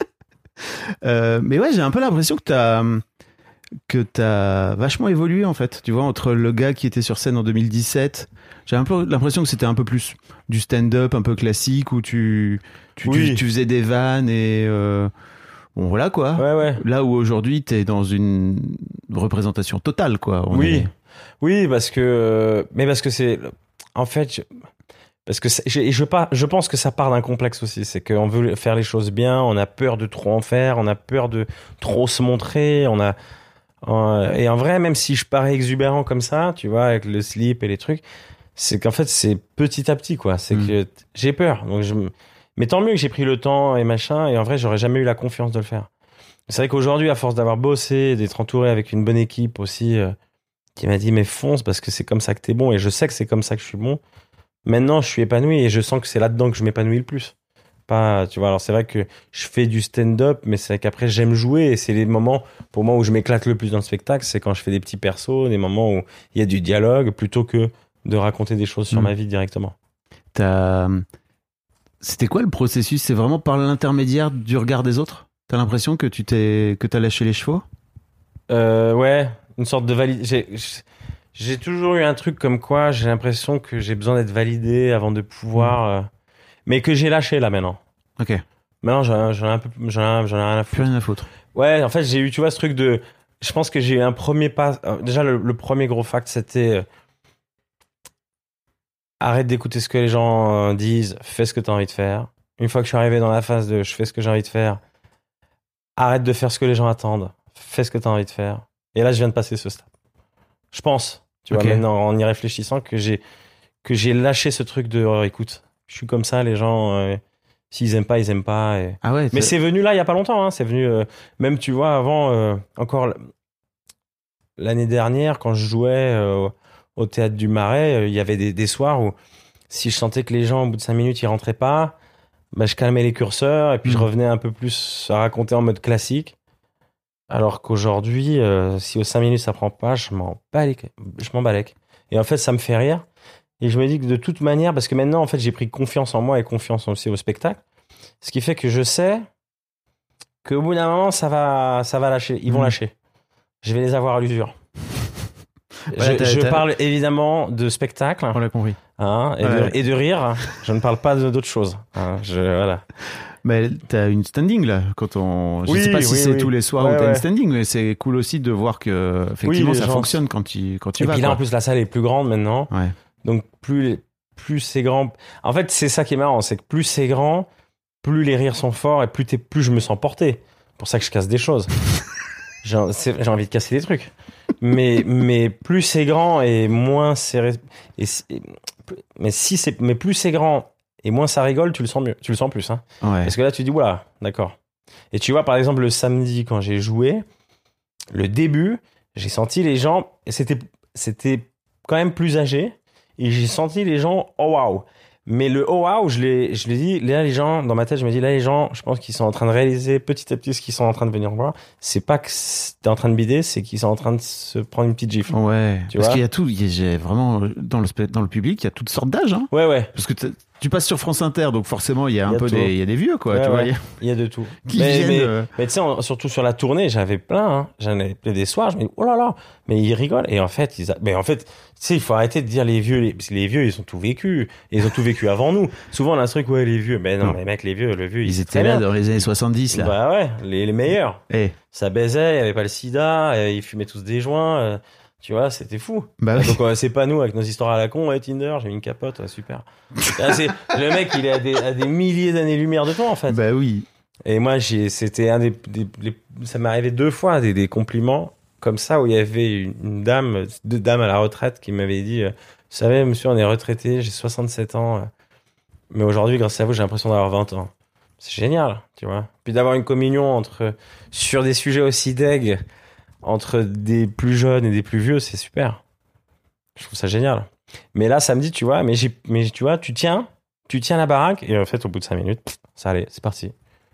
Euh, mais ouais, j'ai un peu l'impression que t'as que t'as vachement évolué en fait. Tu vois, entre le gars qui était sur scène en deux mille dix-sept, j'ai un peu l'impression que c'était un peu plus du stand-up, un peu classique où tu tu, Oui. tu, tu faisais des vannes et euh, bon voilà quoi. Ouais, ouais. Là où aujourd'hui t'es dans une représentation totale quoi. On Oui, est- oui, parce que, mais parce que c'est, en fait, je- parce que c'est- je, et je, pas, je pense que ça part d'un complexe aussi, c'est qu'on veut faire les choses bien, on a peur de trop en faire, on a peur de trop se montrer, on a, euh, et en vrai, même si je parais exubérant comme ça, tu vois, avec le slip et les trucs, c'est qu'en fait, c'est petit à petit, quoi. C'est Mm. que j'ai peur, donc je, me- mais tant mieux que j'ai pris le temps et machin, et en vrai, j'aurais jamais eu la confiance de le faire. C'est vrai qu'aujourd'hui, à force d'avoir bossé, d'être entouré avec une bonne équipe aussi, euh, qui m'a dit mais fonce parce que c'est comme ça que t'es bon et je sais que c'est comme ça que je suis bon. Maintenant je suis épanoui et je sens que c'est là-dedans que je m'épanouis le plus. pas, tu vois. Alors c'est vrai que je fais du stand-up, mais c'est vrai qu'après j'aime jouer et c'est les moments pour moi où je m'éclate le plus dans le spectacle, c'est quand je fais des petits persos, des moments où il y a du dialogue plutôt que de raconter des choses sur Mmh. ma vie directement. T'as... C'était quoi le processus? C'est vraiment par l'intermédiaire du regard des autres? T'as l'impression que tu t'es que t'as lâché les chevaux? Euh, ouais, une sorte de valide. J'ai, j'ai toujours eu un truc comme quoi j'ai l'impression que j'ai besoin d'être validé avant de pouvoir, euh, mais que j'ai lâché là maintenant. Ok. Maintenant j'en, j'en ai un peu, j'en ai, j'en ai rien à Plus foutre. rien à foutre. Ouais, en fait j'ai eu, tu vois, ce truc de, je pense que j'ai eu un premier pas. euh, Déjà le, le premier gros fact c'était euh, arrête d'écouter ce que les gens euh, disent, fais ce que tu as envie de faire. Une fois que je suis arrivé dans la phase de je fais ce que j'ai envie de faire, arrête de faire ce que les gens attendent, fais ce que tu as envie de faire. Et là, je viens de passer ce stade. Je pense, tu vois, Ok. maintenant, en y réfléchissant, que j'ai, que j'ai lâché ce truc de oh, écoute, je suis comme ça, les gens, euh, s'ils aiment pas, ils aiment pas. Et... Ah ouais. Mais c'est- c'est venu là, il y a pas longtemps, hein, c'est venu, euh, même, tu vois, avant, euh, encore l- l'année dernière, quand je jouais euh, au Théâtre du Marais, euh, il y avait des, des soirs où si je sentais que les gens, au bout de cinq minutes, ils rentraient pas, bah, je calmais les curseurs et puis je Mm. revenais un peu plus à raconter en mode classique. Alors qu'aujourd'hui, euh, si aux cinq minutes ça prend pas, je m'en balèque. Je m'en balèque. Et en fait, ça me fait rire. Et je me dis que de toute manière, parce que maintenant, en fait, j'ai pris confiance en moi et confiance aussi au spectacle. Ce qui fait que je sais qu'au bout d'un moment, ça va, ça va lâcher. Ils vont Mm. lâcher. Je vais les avoir à l'usure. Ouais, je t'as- je t'as- parle évidemment de spectacle. On l'a compris. Hein, et, Ouais. de, et de rire, je ne parle pas de- d'autre chose. Hein, je, voilà. Mais t'as une standing là, quand on. Je Oui, sais pas si oui, c'est oui. tous les soirs Ouais, où t'as ouais. une standing, mais c'est cool aussi de voir que effectivement Oui, les ça gens- fonctionne quand tu quand tu Et vas. puis là, quoi. en plus, la salle est plus grande maintenant. Ouais. Donc, plus, les- plus c'est grand. En fait, c'est ça qui est marrant, c'est que plus c'est grand, plus les rires sont forts et plus, t'es, plus je me sens porté. C'est pour ça que je casse des choses. j'ai, c'est- j'ai envie de casser des trucs. Mais, mais plus c'est grand et moins c'est. ré- Et, c'est- et- mais, si c'est, mais plus c'est grand et moins ça rigole, tu le sens mieux. Tu le sens plus. Hein. Ouais. Parce que là, tu dis, voilà, d'accord. Et tu vois, par exemple, le samedi, quand j'ai joué, le début, j'ai senti les gens, et c'était, c'était quand même plus âgé, et j'ai senti les gens, oh waouh. Mais le oh waouh, je l'ai, je l'ai dit, là, les gens, dans ma tête, je me dis, là, les gens, je pense qu'ils sont en train de réaliser petit à petit ce qu'ils sont en train de venir voir. C'est pas que t'es en train de bider, c'est qu'ils sont en train de se prendre une petite gifle. Ouais. Tu Parce vois qu'il y a tout. il y a- J'ai vraiment dans le spe- dans le public, il y a toutes sortes d'âges. Hein. Ouais, ouais, Parce que t'as- tu passes sur France Inter, donc forcément il y a un Il y a peu tout. des il y a des vieux quoi. Ouais, tu vois. ouais. il y a- il y a de tout. Qui mais, viennent. mais, euh, mais tu sais, en- surtout sur la tournée, j'avais plein, hein. J'en avais plein des soirs, je me dis, oh là là, mais ils rigolent. Et en fait, ils a... mais en fait, tu sais, il faut arrêter de dire les vieux, les... parce que les vieux, ils ont tout vécu. Et ils ont tout vécu avant nous. Souvent, on a ce truc, ouais, les vieux. Mais non, Non. mais mec, les vieux, le vieux, Ils sait étaient très là bien. dans les années soixante-dix là. Bah ouais, les, les meilleurs. Eh, Ça baisait, il n'y avait pas le sida, euh, ils fumaient tous des joints. euh, Tu vois, c'était fou. bah oui. Donc, euh, c'est pas nous avec nos histoires à la con, ouais, Tinder, j'ai mis une capote, ouais, super. Là, c'est... Le mec, il est à des, à des milliers d'années-lumière de toi, en fait. Bah oui. Et moi, j'ai, c'était un des, des- les- ça m'est arrivé deux fois des, des compliments comme ça où il y avait une, une dame, deux dames à la retraite qui m'avaient dit, euh, vous savez, monsieur, on est retraité, j'ai soixante-sept ans, euh, mais aujourd'hui, grâce à vous, j'ai l'impression d'avoir vingt ans. C'est génial, tu vois. Puis d'avoir une communion entre, sur des sujets aussi deg, entre des plus jeunes et des plus vieux, c'est super. Je trouve ça génial. Mais là, samedi, tu vois, mais j'ai, mais tu vois, tu tiens, tu tiens la baraque et en fait, au bout de cinq minutes, pff, ça allait, c'est parti.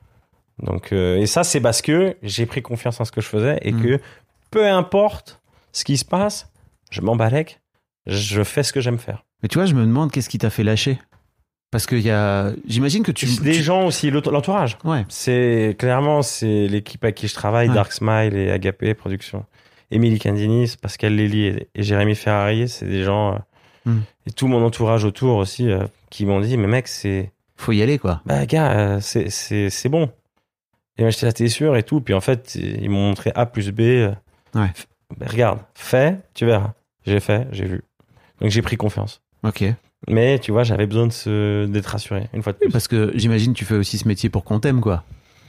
Donc, euh, et ça, c'est parce que j'ai pris confiance en ce que je faisais et Mm. que peu importe ce qui se passe, je m'en balèque, je fais ce que j'aime faire. Mais tu vois, je me demande qu'est-ce qui t'a fait lâcher. Parce qu'il y a. J'imagine que tu. Des tu- gens aussi, l'auto- l'entourage. Ouais. C'est clairement, c'est l'équipe à qui je travaille, Ouais. Dark Smile et Agapé Productions. Émilie Candini, Pascal Lély et, et Jérémy Ferrari, c'est des gens. euh, Mm. Et tout mon entourage autour aussi, euh, qui m'ont dit, mais mec, c'est. Faut y aller quoi. Bah, gars, euh, c'est, c'est, c'est bon. Et moi, j'étais là, t'es sûr et tout. Puis en fait, ils m'ont montré A plus B. euh, Ouais. f- bah, regarde, fais, tu verras. J'ai fait, j'ai vu. Donc j'ai pris confiance. Ok. Mais tu vois, j'avais besoin de se, d'être rassuré, une fois de plus. Parce que j'imagine que tu fais aussi ce métier pour qu'on t'aime quoi.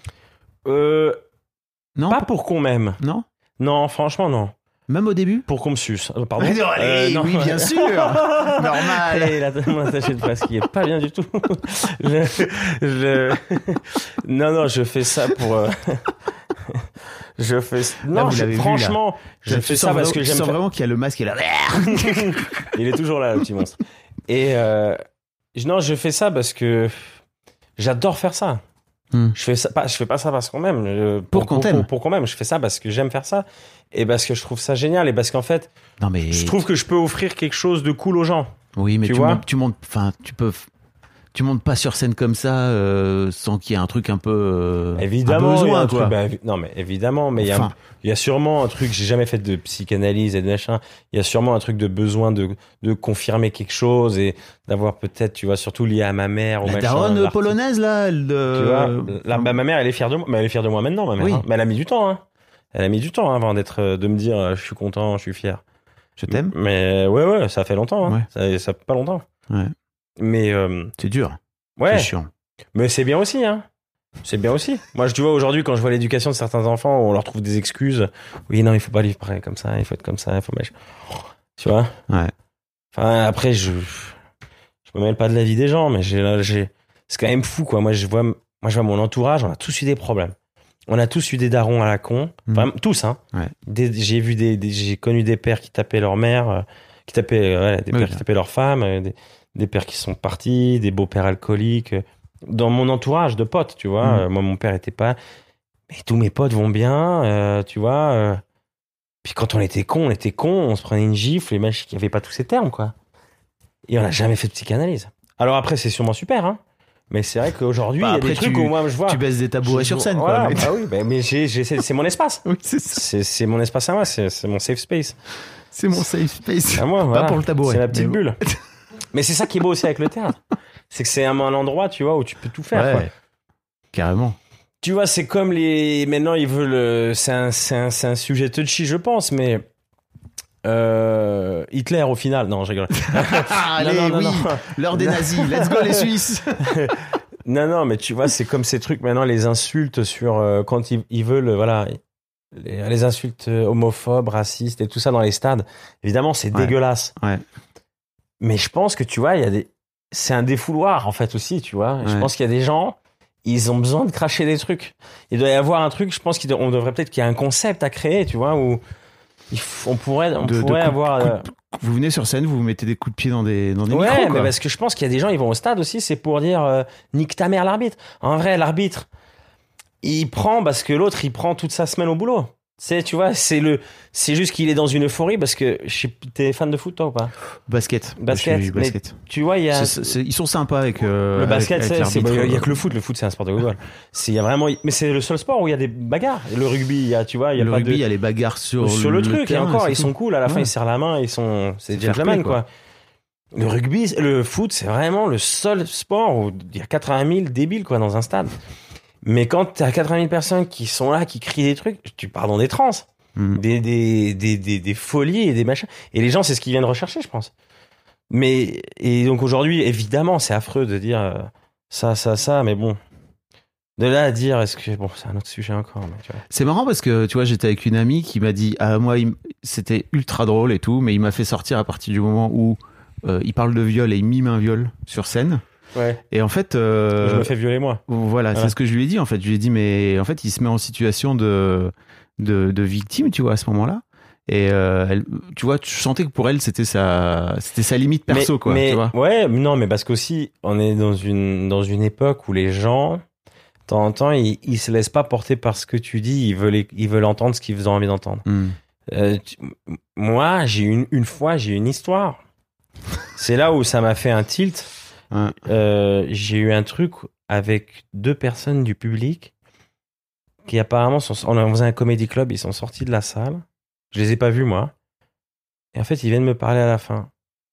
Euh, Non. pas pour qu'on m'aime. Non. Non, franchement, non. Même au début. Pour qu'on me suce. Euh, Pardon. Mais non, allez, oui, bien sûr. Normal. Allez, la, mon attaché de presse qui est pas bien du tout. je, je... Non, non, je fais ça pour. euh, je fais. Non, vous je- l'avez vu, là. franchement, je Tu fais sens ça parce vraiment- que tu j'aime. sens faire- vraiment qu'il y a le masque et là. Il est toujours là, le petit monstre. Et euh, je- non, je fais ça parce que j'adore faire ça. Hmm. Je fais ça, pas, je fais pas ça parce qu'on m'aime. euh, Pour qu'on t'aime. Pour, pour qu'on m'aime. Je fais ça parce que j'aime faire ça et parce que je trouve ça génial et parce qu'en fait, Non mais je trouve que je peux offrir quelque chose de cool aux gens. oui, mais tu tu, vois montes, tu montes, enfin, tu peux, tu montes pas sur scène comme ça euh, sans qu'il y ait un truc un peu, euh, Évidemment, un il y a besoin, un quoi. truc. Bah, évi- non, mais évidemment, mais il y a, Enfin. il y a sûrement un truc. J'ai jamais fait de psychanalyse et de machin. Il y a sûrement un truc de besoin de de confirmer quelque chose et d'avoir peut-être, tu vois, surtout lié à ma mère ou La machin. daronne l'artiste. polonaise là, elle, Tu euh, vois, là, bah, ma mère, elle est fière de moi. Mais elle est fière de moi maintenant, ma mère. Oui. hein. Mais elle a mis du temps. Hein. Elle a mis du temps hein, avant d'être, euh, de me dire, euh, je suis content, je suis fier. je t'aime. Mais ouais, ouais, ça fait longtemps. Hein. Ça, ça fait pas longtemps. Ouais. Mais euh, C'est dur. ouais. C'est chiant. Mais c'est bien aussi, hein. C'est bien aussi. Moi, je, tu vois, aujourd'hui, quand je vois l'éducation de certains enfants, où on leur trouve des excuses. Oui, non, il faut pas vivre pareil comme ça, il faut être comme ça, il faut machin. Tu vois? Ouais. Enfin, après, je, je me mêle pas de la vie des gens, mais j'ai, j'ai, c'est quand même fou, quoi. Moi, je vois, moi, je vois mon entourage, on a tous eu des problèmes. On a tous eu des darons à la con. Enfin, tous, hein. Ouais. Des, j'ai vu des, des- j'ai connu des pères qui tapaient leur mère, euh, qui tapaient, euh, ouais, des Oui, pères là. qui tapaient leur femme, euh, des, des pères qui sont partis, des beaux-pères alcooliques. euh, Dans mon entourage de potes, tu vois. Mhm. Euh, moi, mon père était pas. Mais tous mes potes vont bien, euh, tu vois. euh. Puis quand on était con, on était con, on se prenait une gifle, les mecs, il n'y avait pas tous ces termes, quoi. Et on n'a jamais fait de psychanalyse. Alors après, c'est sûrement super, hein. Mais c'est vrai qu'aujourd'hui, il Bah, y a après, des trucs tu- où moi, je vois. Tu baisses des tabourets je- sur scène, voilà, quoi. mais- bah oui, bah, mais j'ai, j'ai- c'est c'est mon espace. Oui, c'est ça. C'est, c'est mon espace à moi, c'est, c'est mon safe space. C'est mon safe space. À moi, Pas voilà. pour le tabouret. C'est la petite mais bon. bulle. Mais c'est ça qui est beau aussi avec le théâtre. C'est que c'est un, un endroit, tu vois, où tu peux tout faire, Ouais. quoi. Carrément. Tu vois, c'est comme les. Maintenant, ils veulent. euh, C'est un, c'est un, c'est un sujet touchy, je pense, mais. euh, Hitler, au final. Non, je rigole. Allez, non, non, oui. non. L'heure des nazis. Let's go les Suisses. Non, non, mais tu vois, c'est comme ces trucs maintenant, les insultes sur. euh, quand ils, ils veulent. euh, Voilà. Les, les insultes euh, homophobes, racistes et tout ça dans les stades. Évidemment, c'est Ouais. dégueulasse. Ouais. Mais je pense que, tu vois, il y a des. C'est un défouloir, en fait, aussi, tu vois. Je Ouais. pense qu'il y a des gens. Ils ont besoin de cracher des trucs. Il doit y avoir un truc, je pense qu'on devrait peut-être qu'il y a un concept à créer, tu vois, où il f- on pourrait, on De- de pourrait coups- avoir. coups euh, Vous venez sur scène, vous vous mettez des coups de pied dans des, dans des Ouais, micros, mais quoi. parce que je pense qu'il y a des gens, ils vont au stade aussi, c'est pour dire euh, nique ta mère l'arbitre. En vrai, l'arbitre, il prend parce que l'autre, il prend toute sa semaine au boulot. C'est, tu vois, c'est le, c'est juste qu'il est dans une euphorie parce que je sais- t'es fan de foot toi ou pas? Basket. Basket, Je suis mais basket. Tu vois, il y a C'est- c'est- ils sont sympas avec euh, le basket, avec- c'est, avec c'est- l'arbitre. il y a que le foot. Le foot, c'est un sport de gogol. C'est, il y a vraiment, mais c'est le seul sport où il y a des bagarres. Et le rugby, il y a, tu vois, il y a le pas rugby, de il y a les bagarres sur, sur le, truc. terrain, et encore, c'est ils tout. sont cool. À la fin, Ouais. ils serrent la main. Ils sont, c'est C'est fair gentlemen, play, quoi. quoi. Le rugby, le foot, c'est vraiment le seul sport où il y a quatre-vingt mille débiles, quoi, dans un stade. Mais quand t'as quatre-vingt mille personnes qui sont là, qui crient des trucs, tu pars dans des transes. Mhm. Des, des, des, des, des folies et des machins. Et les gens, c'est ce qu'ils viennent rechercher, je pense. Mais, et donc aujourd'hui, évidemment, c'est affreux de dire euh, ça, ça, ça, mais bon. De là à dire, est-ce que, bon, c'est un autre sujet encore, mais tu vois. C'est marrant parce que tu vois, j'étais avec une amie qui m'a dit, ah moi, il m- c'était ultra drôle et tout, mais il m'a fait sortir à partir du moment où euh, il parle de viol et il mime un viol sur scène. Ouais. Et en fait, euh, Je me fais violer, moi. voilà, Voilà. c'est ce que je lui ai dit. En fait, je lui ai dit, mais en fait, il se met en situation de de, de victime, tu vois, à ce moment-là. Et euh, elle, tu vois, tu sentais que pour elle, c'était sa, c'était sa limite perso, mais, quoi. mais- tu vois. Ouais, mais non, mais parce qu'aussi, on est dans une, dans une époque où les gens, de temps en temps, ils, ils se laissent pas porter par ce que tu dis, ils veulent, ils veulent entendre ce qu'ils ont envie d'entendre. Hmm. Euh, tu- moi, j'ai une, une fois, j'ai une histoire. C'est là où ça m'a fait un tilt. Ouais. Euh, j'ai eu un truc avec deux personnes du public qui apparemment sont, on faisait un comédie club, ils sont sortis de la salle. Je les ai pas vus, moi. Et en fait, ils viennent me parler à la fin.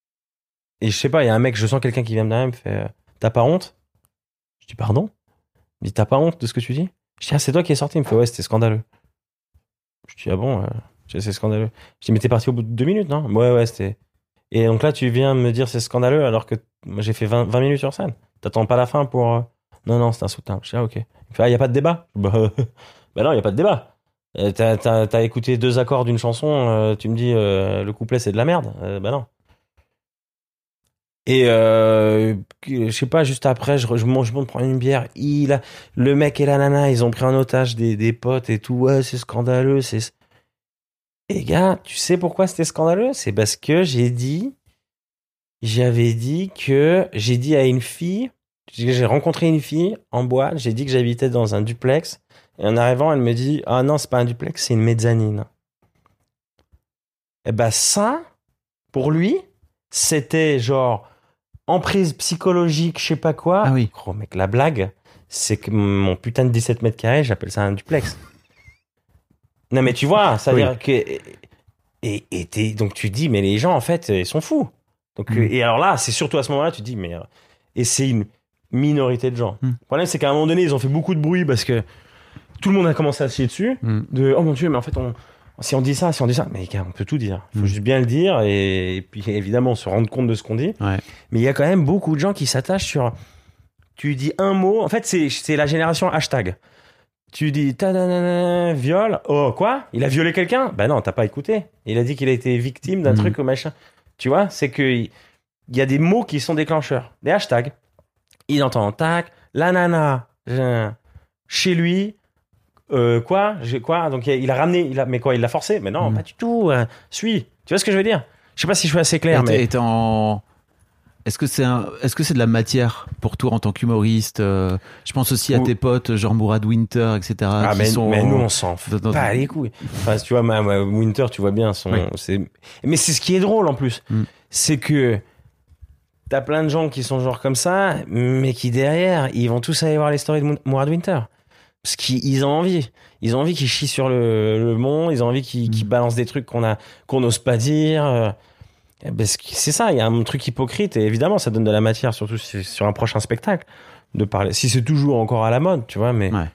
Et je sais pas, il y a un mec, je sens quelqu'un qui vient derrière, il me fait, euh, t'as pas honte? Je dis, pardon? Il me dit, t'as pas honte de ce que tu dis? Je dis, ah, c'est toi qui es sorti? Il me fait, ouais, c'était scandaleux. Je dis, ah bon, euh, je dis, c'est scandaleux. Je dis, mais t'es parti au bout de deux minutes, non? Ouais, ouais, c'était. Et donc là, tu viens me dire c'est scandaleux alors que moi, j'ai fait vingt, vingt minutes sur scène. T'attends pas la fin pour. euh, Non, non, c'est insoutenable. Je dis, ah, ok. Il me fait, ah, y a pas de débat? Bah, bah non, y a pas de débat. Euh, T'as, t'as, t'as écouté deux accords d'une chanson, euh, tu me dis euh, le couplet c'est de la merde? Euh, bah non. Et euh, je sais pas, juste après, je, je monte, je monte prendre une bière. Il a, le mec et la nana, ils ont pris en otage des, des potes et tout. Ouais, c'est scandaleux. C'est... Et gars, tu sais pourquoi c'était scandaleux? C'est parce que j'ai dit, j'avais dit que j'ai dit à une fille J'ai rencontré une fille en boîte, j'ai dit que j'habitais dans un duplex, et en arrivant, elle me dit « Ah non, c'est pas un duplex, c'est une mezzanine. » Et ben ça, pour lui, c'était genre emprise psychologique, je sais pas quoi. Ah oui. Gros mec, la blague, c'est que mon putain de dix-sept mètres carrés, j'appelle ça un duplex. Non mais tu vois, ça veut Oui. dire que... Et, et t'es- donc tu dis, mais les gens, en fait, ils sont fous. Donc, Mm. euh, et alors là, c'est surtout à ce moment-là, tu te dis, mais... euh, Et c'est une minorité de gens. Mm. Le problème, c'est qu'à un moment donné, ils ont fait beaucoup de bruit parce que tout le monde a commencé à se chier dessus. Mm. De, oh mon Dieu, mais en fait, on, si on dit ça, si on dit ça... Mais gars, on peut tout dire. Il faut Mm. juste bien le dire et, et puis évidemment, se rendre compte de ce qu'on dit. Ouais. Mais il y a quand même beaucoup de gens qui s'attachent sur... Tu dis un mot... En fait, c'est, c'est la génération hashtag. Tu dis ta-da-da-da, viol. Oh, quoi? Il a violé quelqu'un? Ben non, t'as pas écouté. Il a dit qu'il a été victime d'un Mhm. truc ou machin. Tu vois? C'est que il y a des mots qui sont déclencheurs. Des hashtags. Il entend tac, la nana, euh, chez lui. Euh, quoi? J'ai quoi? Donc il a, il a ramené. Il a, mais quoi? Il l'a forcé? Mais non, Mhm. pas du tout. euh, suis. Tu vois ce que je veux dire? Je sais pas si je suis assez clair, Et t'es- mais. et t'es en- Est-ce que c'est un... Est-ce que c'est de la matière pour toi en tant qu'humoriste euh, Je pense aussi à Ou- tes potes, genre Mourad Winter, et cetera. Ah, qui mais, sont... mais nous, on s'en fout dans- dans- pas les couilles. Enfin, tu vois, ma, ma Winter, tu vois bien, son, Oui. c'est... mais c'est ce qui est drôle en plus. Mm. C'est que t'as plein de gens qui sont genre comme ça, mais qui derrière, ils vont tous aller voir les stories de Mou- Mourad Winter. Parce qu'ils ils ont envie. Ils ont envie qu'ils chient sur le, le monde, ils ont envie qu'ils, Mm. qu'ils balancent des trucs qu'on a, qu'on n'ose pas dire. euh, Parce que c'est ça, il y a un truc hypocrite et évidemment, ça donne de la matière, surtout si c'est sur un prochain spectacle, de parler. Si c'est toujours encore à la mode, tu vois, mais. Ouais.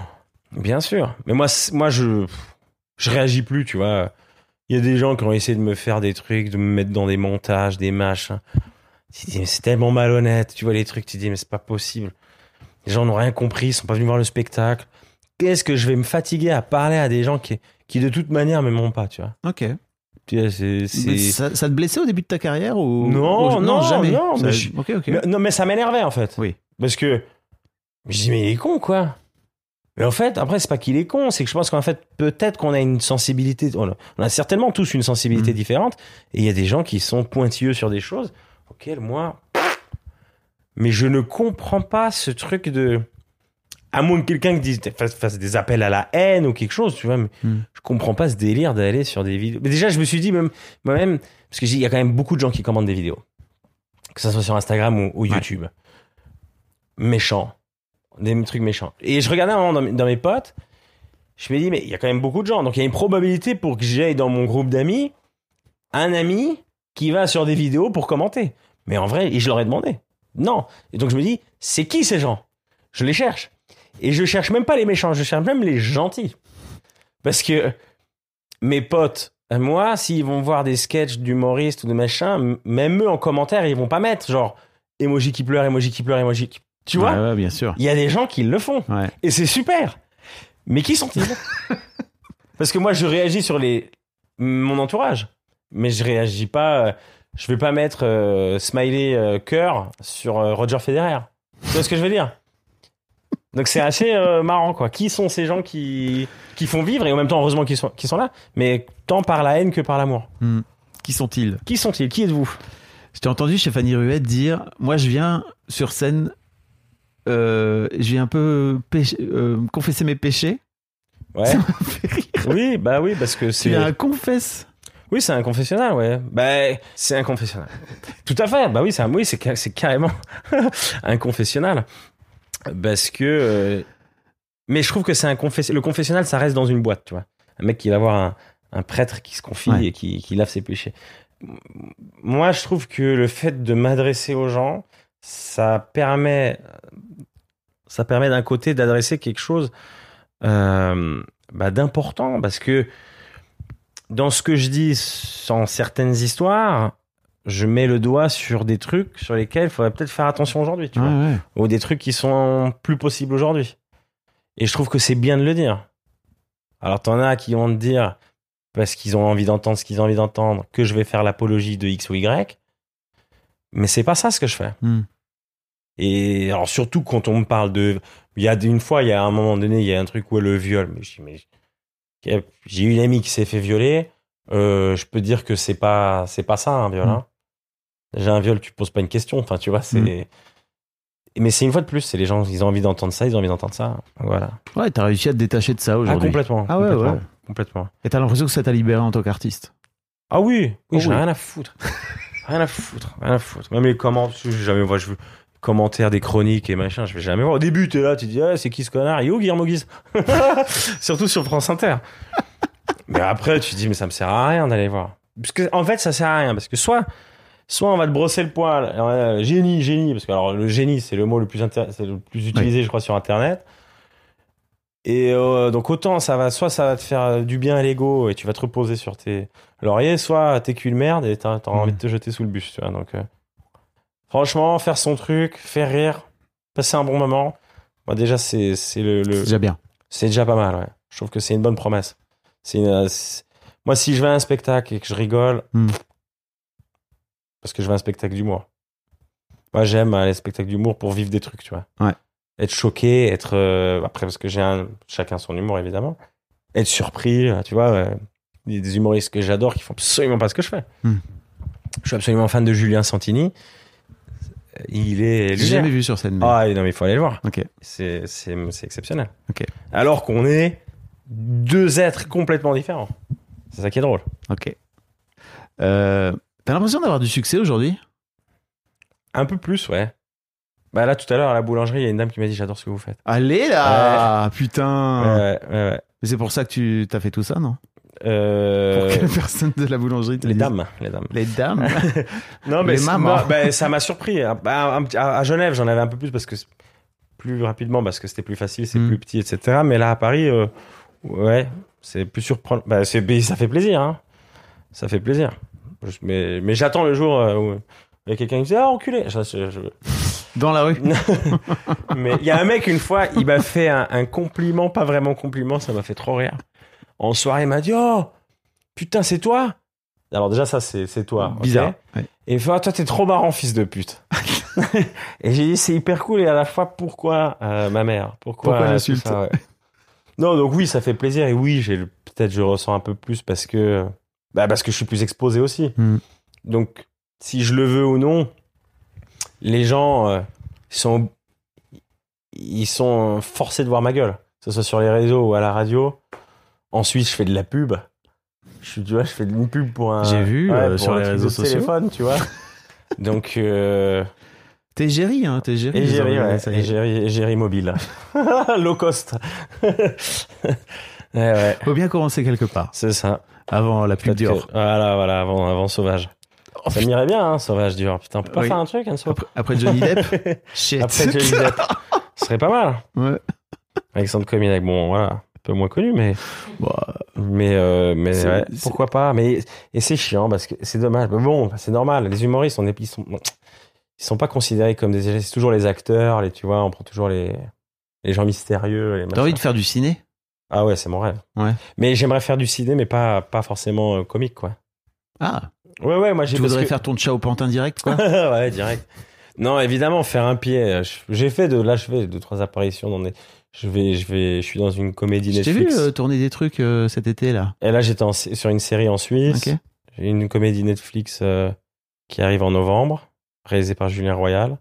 Bien sûr. Mais moi, c'est- moi je, je réagis plus, tu vois. Il y a des gens qui ont essayé de me faire des trucs, de me mettre dans des montages, des machins. Tu te dis, mais c'est tellement malhonnête, tu vois les trucs, tu te dis, mais c'est pas possible. Les gens n'ont rien compris, ils sont pas venus voir le spectacle. Qu'est-ce que je vais me fatiguer à parler à des gens qui, qui de toute manière m'aiment pas, tu vois. Ok. Tu vois, c'est, c'est... Mais Ça, ça te blessait au début de ta carrière ou Non, ou- non, jamais. non, Ça- mais je- Ok, ok. Mais- non, mais ça m'énervait, en fait. Oui. Parce que je dis, mais il est con, quoi. Mais en fait, après, c'est pas qu'il est con, c'est que je pense qu'en fait, peut-être qu'on a une sensibilité, on a, on a certainement tous une sensibilité Mm. différente, et il y a des gens qui sont pointilleux sur des choses auxquelles moi. Mais je ne comprends pas ce truc de. À moins que quelqu'un qui dise, fasse, fasse des appels à la haine ou quelque chose, tu vois, mais Mm. je comprends pas ce délire d'aller sur des vidéos. Mais déjà, je me suis dit, même, moi-même, parce qu'il y a quand même beaucoup de gens qui commandent des vidéos, que ça soit sur Instagram ou, ou YouTube. Méchants. Des trucs méchants. Et je regardais un moment dans, mes- dans mes potes, je me dis, mais il y a quand même beaucoup de gens. Donc il y a une probabilité pour que j'aille dans mon groupe d'amis un ami qui va sur des vidéos pour commenter. Mais en vrai, et je leur ai demandé. Non. Et donc je me dis, c'est qui ces gens? Je les cherche. Et je cherche même pas les méchants, je cherche même les gentils. Parce que mes potes, moi, s'ils vont voir des sketchs d'humoristes ou de machin, m- même eux en commentaire, ils vont pas mettre genre emoji qui pleure, emoji qui pleure, emoji qui... Tu vois? Ouais, ouais, bien sûr. Il y a des gens qui le font. Ouais. Et c'est super. Mais qui sont-ils? Parce que moi, je réagis sur les mon entourage. Mais je réagis pas... euh, Je vais pas mettre euh, smiley euh, cœur sur euh, Roger Federer. Tu vois ce que je veux dire? Donc c'est assez euh, marrant, quoi. Qui sont ces gens qui, qui font vivre, et en même temps, heureusement qu'ils sont, qu'ils sont là, mais tant par la haine que par l'amour. Hmm. Qui sont-ils? Qui sont-ils? Qui êtes-vous? Je t'ai entendu chez Fanny Ruette dire, moi je viens sur scène, euh, je viens un peu péché- euh, confesser mes péchés. Ouais. Ça m'a fait rire. Oui, bah oui, parce que Tu c'est... viens à confesse. Oui, c'est un confessionnal, ouais. Bah, c'est un confessionnal. Tout à fait. Bah oui, c'est un... oui, c'est, ca- c'est carrément un confessionnal. Parce que... euh, Mais je trouve que c'est un confessionnal. Le confessionnal, ça reste dans une boîte, tu vois. Un mec qui va voir un, un prêtre qui se confie Ouais. et qui, qui lave ses péchés. Moi, je trouve que le fait de m'adresser aux gens, ça permet... Ça permet d'un côté d'adresser quelque chose euh, bah, d'important, parce que dans ce que je dis, sans certaines histoires, je mets le doigt sur des trucs sur lesquels il faudrait peut-être faire attention aujourd'hui, tu Ouais, vois. ouais. Ou des trucs qui sont plus possibles aujourd'hui. Et je trouve que c'est bien de le dire. Alors, t'en as qui vont te dire, parce qu'ils ont envie d'entendre ce qu'ils ont envie d'entendre, que je vais faire l'apologie de X ou Y. Mais c'est pas ça ce que je fais. Hmm. Et alors, surtout quand on me parle de... Il y a une fois, il y a un moment donné, il y a un truc où le viol. Mais je dis, mais j'ai une amie qui s'est fait violer. Euh, je peux dire que c'est pas, c'est pas ça un viol. Mm. Hein. Déjà un viol, tu poses pas une question. Enfin, tu vois, c'est. Mm. mais c'est une fois de plus, c'est les gens, ils ont envie d'entendre ça, ils ont envie d'entendre ça. Voilà. Ouais, t'as réussi à te détacher de ça Ah, aujourd'hui. complètement. Ah ouais, complètement, ouais. Complètement. Et t'as l'impression que ça t'a libéré en tant qu'artiste. Ah oui, oui, Oh j'ai oui. rien à foutre. Rien à foutre, rien à foutre. Même les commentaires, j'ai jamais moi, je veux commentaires des chroniques et machin, je vais jamais voir. Au début, t'es là, tu dis, ah, c'est qui ce connard? Il est où Guillermo Guise? Surtout sur France Inter. Mais après, tu te dis, mais ça me sert à rien d'aller voir. Parce que, en fait, ça sert à rien. Parce que soit, soit on va te brosser le poil, euh, génie, génie, parce que alors, le génie, c'est le mot le plus, intér- c'est le plus utilisé, Oui. je crois, sur Internet. Et euh, donc autant ça va, soit ça va te faire du bien à l'ego et tu vas te reposer sur tes lauriers, soit t'es cul de merde et t'as, t'auras Mmh. envie de te jeter sous le bus, tu vois. Donc euh, franchement, faire son truc, faire rire, passer un bon moment, moi déjà c'est c'est le, le- C'est déjà bien. c'est déjà pas mal. Ouais. Je trouve que c'est une bonne promesse. C'est une, euh, c'est- moi si je vais à un spectacle et que je rigole, Mmh. parce que je vais à un spectacle d'humour. Moi j'aime aller à un spectacle d'humour pour vivre des trucs, tu vois. Ouais. Être choqué, être euh, après parce que j'ai un chacun son humour évidemment, être surpris, tu vois. euh, Il y a des humoristes que j'adore qui font absolument pas ce que je fais. Hmm. Je suis absolument fan de Julien Santini. Il est J'ai lunaire. jamais vu sur scène. Mais... Ah non mais il faut aller le voir. Ok. C'est c'est c'est exceptionnel. Ok. Alors qu'on est deux êtres complètement différents. C'est ça qui est drôle. Ok. Euh, t'as l'impression d'avoir du succès aujourd'hui? Un peu plus, ouais. Bah là tout à l'heure à la boulangerie, il y a une dame qui m'a dit j'adore ce que vous faites. Allez là, putain. Ouais, ouais, ouais, ouais. Mais c'est pour ça que tu t'as fait tout ça, non? Euh, Pour que les personnes de la boulangerie te les disent- dames, les dames. Les dames. Non, mais Les c'est- mamans. non, ben, ça m'a surpris. Bah, un petit- à à Genève, j'en avais un peu plus parce que c'est plus rapidement, parce que c'était plus facile, c'est Mm. plus petit, et cetera. Mais là, à Paris, euh, ouais, c'est plus surprenant. Bah, c'est, mais ça fait plaisir, hein. Ça fait plaisir. Je- mais, mais j'attends le jour euh, où il y a quelqu'un qui me dit ah enculé. Je- je- je- Dans la rue. mais il y a un mec une fois, il m'a fait un, un compliment, pas vraiment compliment, ça m'a fait trop rire. En soirée, il m'a dit oh putain c'est toi. Alors déjà ça c'est c'est toi. ok. Bizarre. Ouais. Et il fait ah, toi t'es trop marrant fils de pute. Et j'ai dit c'est hyper cool et à la fois pourquoi euh, ma mère pourquoi, Pourquoi euh, l'insulte tout ça, ouais. Non donc oui ça fait plaisir et oui j'ai le- peut-être je ressens un peu plus parce que bah parce que je suis plus exposé aussi. Mm. Donc si je le veux ou non les gens euh, sont ils sont forcés de voir ma gueule que ce soit sur les réseaux ou à la radio. Ensuite je fais de la pub. Je suis tu vois je fais une pub pour un J'ai vu, ouais, euh, pour sur un les truc réseaux de sociaux. téléphone tu vois. Donc euh, T'es Géry, hein, t'es Géry. Égérie, désormais, ouais. ça y est. Égérie, Égérie mobile. Low cost. ouais, ouais. Faut bien commencer quelque part. C'est ça. Avant la pub Peut-être Dior. que- Voilà, voilà, avant, avant Sauvage. Oh, Ça m'irait bien, hein, Sauvage Dior. Putain, on peut pas Oui. faire un truc, Anso Après, après Johnny Depp. Shit. Après Johnny Depp. Ce serait pas mal. Ouais. Alexandre Cominec, bon, voilà. Un peu moins connu, mais. Bah, Mais, euh, mais C'est- ouais, c'est- pourquoi pas. Mais, et c'est chiant parce que c'est dommage. Mais bon, c'est normal. Les humoristes, on est, ils sont, ils sont pas considérés comme des. C'est toujours les acteurs, les, tu vois, on prend toujours les, les gens mystérieux. Les t'as machins. envie de faire du ciné? Ah ouais, c'est mon rêve. Ouais. Mais j'aimerais faire du ciné, mais pas, pas forcément euh, comique, quoi. Ah, Ouais, ouais, moi j'ai tu parce voudrais que- faire ton chat au pantin direct, quoi? ouais, direct. Non, évidemment, faire un pied. euh, je- J'ai fait de, là, je fais deux, trois apparitions dans des. Je vais, je vais, je suis dans une comédie Je t'ai vu Netflix. euh, tourner des trucs euh, cet été, là. Et là, j'étais en- sur une série en Suisse. Ok. J'ai une comédie Netflix euh, qui arrive en novembre, réalisée par Julien Royal.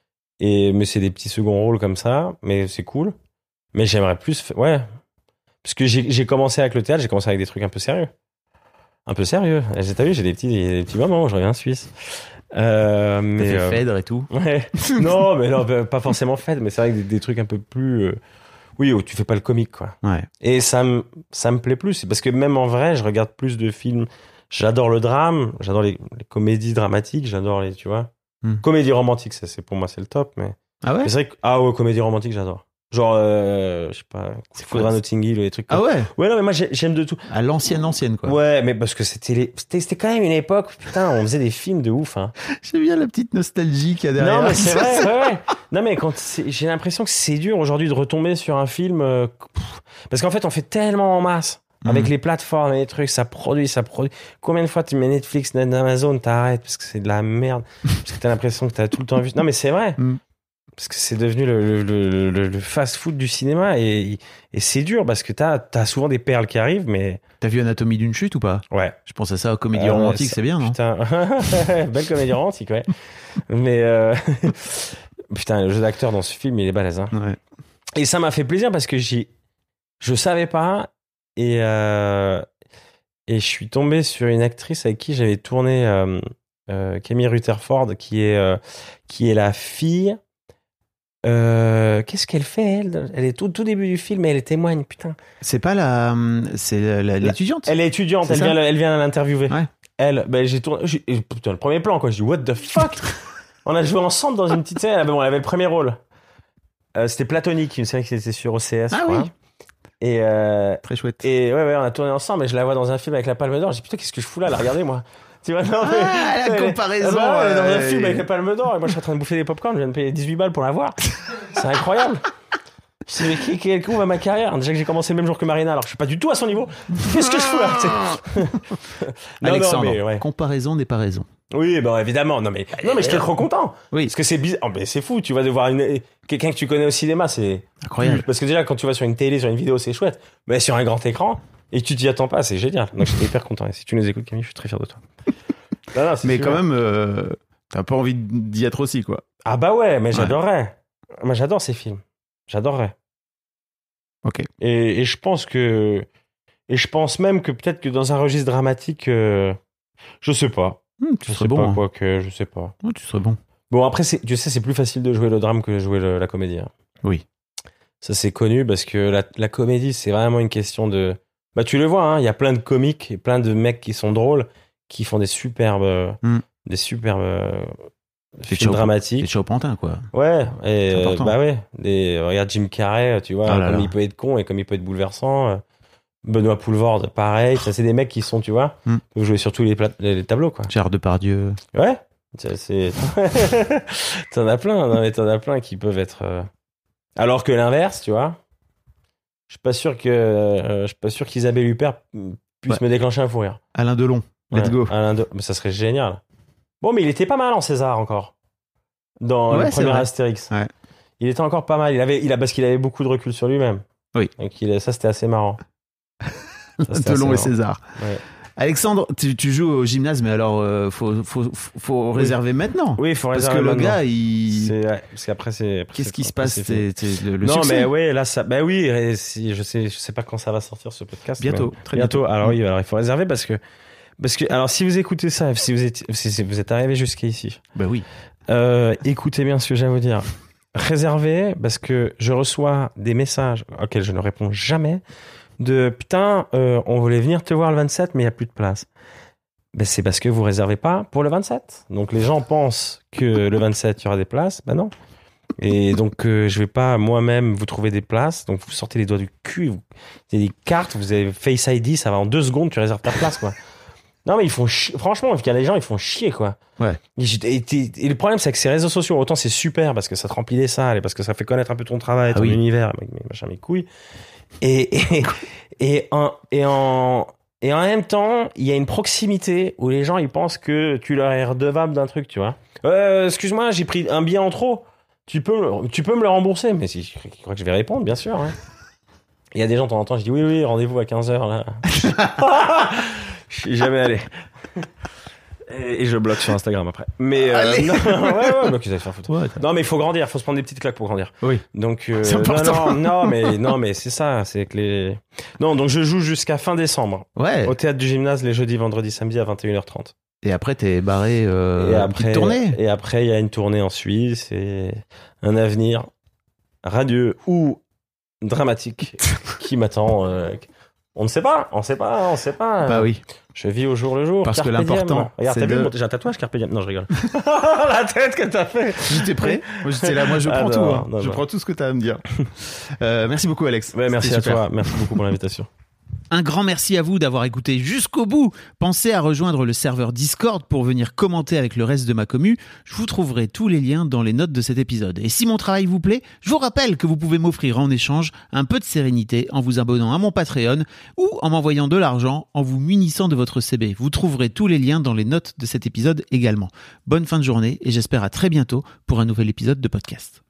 Et mais c'est des petits seconds rôles comme ça, mais c'est cool. Mais j'aimerais plus, fa- ouais, parce que j'ai j'ai commencé avec le théâtre, j'ai commencé avec des trucs un peu sérieux, un peu sérieux. Et t'as vu, j'ai des petits, des petits moments, je reviens en Suisse. Euh, T'as mais fait euh, Phèdre et tout. ouais, non, mais non, pas forcément fait, mais c'est vrai que des, des trucs un peu plus, euh, oui, où tu fais pas le comique, quoi. Ouais. Et ça me, ça me plaît plus. C'est parce que même en vrai, je regarde plus de films. J'adore le drame, j'adore les, les comédies dramatiques, j'adore les, tu vois. Hmm. Comédie romantique, ça, c'est pour moi, c'est le top. Mais, Ah ouais? mais c'est vrai que, ah ouais, comédie romantique, j'adore. Genre, euh, je sais pas, C'est Faudra quoi, Notting Hill ou des trucs Ah comme ouais? Ouais, non, mais moi, j'ai- j'aime de tout. À l'ancienne, ancienne, quoi. Ouais, mais parce que c'était les, c'était, c'était quand même une époque, putain, on faisait des films de ouf, hein. J'aime bien la petite nostalgie qu'il y a derrière. Non, mais c'est vrai, ouais, ouais. Non, mais quand c'est- j'ai l'impression que c'est dur aujourd'hui de retomber sur un film. euh, pff, parce qu'en fait, on fait tellement en masse. Avec Mhm. les plateformes et les trucs, ça produit, ça produit. Combien de fois tu mets Netflix, Net, Amazon, t'arrêtes parce que c'est de la merde. Parce que t'as l'impression que t'as tout le temps vu. Non, mais c'est vrai. Mhm. Parce que c'est devenu le, le, le, le fast-food du cinéma et, et c'est dur parce que t'as, t'as souvent des perles qui arrivent, mais T'as vu Anatomie d'une chute ou pas? ouais. Je pense à ça, comédie Euh, romantique, ça- c'est bien, non? Putain, belle comédie romantique, ouais. Mais euh, Putain, le jeu d'acteur dans ce film, il est balèze. Hein. Ouais. Et ça m'a fait plaisir parce que j'y... je savais pas. Et, euh... et je suis tombé sur une actrice avec qui j'avais tourné, euh, euh, Camille Rutherford, qui est, euh, qui est la fille. Euh... Qu'est-ce qu'elle fait, elle Elle est tout, tout début du film et elle témoigne, putain. C'est pas la. C'est la- la- l'étudiante Elle est étudiante, C'est elle ça vient, elle vient l'interviewer. Ouais. Elle, ben j'ai tourné. j'ai- Putain, le premier plan, quoi. Je dis, what the fuck. On a joué ensemble dans une petite série. Ah, bon, elle avait le premier rôle. Euh, c'était Platonique, une série qui était sur O C S. Ah je crois. oui. Et, euh, Très chouette. et ouais, ouais, on a tourné ensemble et je la vois dans un film avec la Palme d'Or. Je dis, putain, qu'est-ce que je fous là, là regardez, moi. Tu vois, non, mais, Ah, la elle est- comparaison, Ah bah, elle est dans un ouais. film avec la Palme d'Or et moi je suis en train de bouffer des popcorn, je viens de payer dix-huit balles pour la voir. C'est incroyable. Je me dis, mais qui- quel coup va ma carrière? Déjà que j'ai commencé le même jour que Marina, alors je suis pas du tout à son niveau. Qu'est-ce que je fous là, tu sais. Non, Alexandre, non, mais, ouais. comparaison n'est pas raison. Oui, bah évidemment. Non mais non mais j'étais trop content. Oui. Parce que c'est bizarre. Oh, mais c'est fou. Tu vas de voir une quelqu'un que tu connais au cinéma, c'est Incroyable. Parce que déjà quand tu vas sur une télé, sur une vidéo, c'est chouette. Mais sur un grand écran et tu t'y attends pas, c'est génial. Donc j'étais hyper content. Et si tu nous écoutes, Camille, je suis très fier de toi. Non, non, c'est Mais super. quand même, euh, t'as pas envie d'y être aussi, quoi. Ah bah ouais, mais j'adorerais. Moi j'adore ces films. J'adorerais. Ok. Et, et je pense que et je pense même que peut-être que dans un registre dramatique, euh, je sais pas. Hum, tu Je serais sais bon. pas hein. quoi que je sais pas. Ouais, tu serais bon. Bon, après, c'est, tu sais, c'est plus facile de jouer le drame que de jouer le- la comédie. hein. Oui. Ça, c'est connu parce que la, la comédie, c'est vraiment une question de... Bah, tu le vois, hein, il y a plein de comiques et plein de mecs qui sont drôles, qui font des superbes... Mm. Des superbes euh, C'est films chaud. dramatiques. C'est chaud au pantin, quoi. Ouais, et C'est euh, important. bah ouais. Des, regarde Jim Carrey, tu vois, Ah là comme là. il peut être con et comme il peut être bouleversant. euh, Benoît Poulvord, pareil. Ça, c'est des mecs qui sont, tu vois, Mm. peuvent jouer sur tous les, pla- les, les tableaux, quoi. Gérard Depardieu. Ouais, c'est, c'est... t'en as plein, non, mais t'en as plein qui peuvent être. euh, Alors que l'inverse, tu vois, je suis pas sûr que, euh, je suis pas sûr qu'Isabelle Huppert puisse Ouais. me déclencher un fou rire. Alain Delon. Let's Ouais, go. Alain de... mais ça serait génial. Bon, mais il était pas mal en César encore dans Ouais, le c'est premier vrai. Astérix. Ouais. Il était encore pas mal. Il avait, il a parce qu'il avait beaucoup de recul sur lui-même. Oui. Donc il, ça c'était assez marrant. Ça, c'était Delon et assez marrant. César. Ouais. Alexandre, tu, tu joues au gymnase, mais alors euh, faut, faut, faut, faut réserver maintenant. Oui, il faut Parce réserver que le maintenant. gars, il. C'est, ouais, parce qu'après c'est. après, Qu'est-ce c'est- qui se après, passe c'est fini. c'est, c'est le, le non, succès. mais ouais, là, ça. Bah oui, et si, je sais, je sais pas quand ça va sortir ce podcast. Bientôt, mais- très bientôt. bientôt. Alors oui, alors il faut réserver parce que, parce que, alors si vous écoutez ça, si vous êtes, si, si vous êtes arrivé jusqu'à ici, Bah oui. euh, écoutez bien ce que j'ai à vous dire. Réservez parce que je reçois des messages auxquels je ne réponds jamais de putain, euh, on voulait venir te voir le vingt-sept, mais il y a plus de place. Ben, c'est parce que vous réservez pas pour le vingt-sept. Donc les gens pensent que le vingt-sept il y aura des places, ben non. Et donc euh, je vais pas moi-même vous trouver des places. Donc vous sortez les doigts du cul, vous avez des cartes, vous avez Face I D, ça va en deux secondes, tu réserves ta place quoi. Non mais ils font chi- franchement, il y a des gens ils font chier quoi. Ouais. Et, j'ai- et t'es- et le problème c'est que ces réseaux sociaux, autant c'est super parce que ça te remplit les salles et parce que ça fait connaître un peu ton travail, Ah ton oui. univers, mes, mes machins, mes couilles. Et et et en et en et en même temps, il y a une proximité où les gens ils pensent que tu leur es redevable d'un truc, tu vois. Euh, excuse-moi, j'ai pris un billet en trop. Tu peux me- tu peux me le rembourser, mais si je crois que je vais répondre, bien sûr. hein. Il y a des gens de temps en temps, je dis oui oui, rendez-vous à quinze heures là. Je suis jamais allé. Et, et je bloque sur Instagram après. Mais euh, Allez. non, ouais, ouais, donc ils allaient se faire foutre. Ouais, Non, mais il faut grandir, il faut se prendre des petites claques pour grandir. Oui. Donc euh, C'est non, important. non, non, mais non, mais c'est ça, c'est que les. Non, donc je joue jusqu'à fin décembre Ouais. au théâtre du Gymnase les jeudis, vendredis, samedis à vingt et une heures trente. Et après, t'es barré. Euh, et une après, petite tournée. et après, il y a une tournée en Suisse et un avenir radieux ou dramatique qui m'attend. euh, on ne sait pas, on ne sait pas, on ne sait pas. Bah oui. Je vis au jour le jour. Parce que Carpe diem. l'important, Regarde, c'est t'as vu, de- mon- j'ai un tatouage Carpe diem. Non, je rigole. La tête que t'as fait. J'étais prêt. Moi, j'étais là. Moi, je Ah prends non, tout. hein. non, je non. prends tout ce que t'as à me dire. Euh, merci beaucoup, Alex. Ouais, merci C'était à super. toi. Merci beaucoup pour l'invitation. Un grand merci à vous d'avoir écouté jusqu'au bout. Pensez à rejoindre le serveur Discord pour venir commenter avec le reste de ma commu. Je vous trouverai tous les liens dans les notes de cet épisode. Et si mon travail vous plaît, je vous rappelle que vous pouvez m'offrir en échange un peu de sérénité en vous abonnant à mon Patreon ou en m'envoyant de l'argent en vous munissant de votre C B. Vous trouverez tous les liens dans les notes de cet épisode également. Bonne fin de journée et j'espère à très bientôt pour un nouvel épisode de podcast.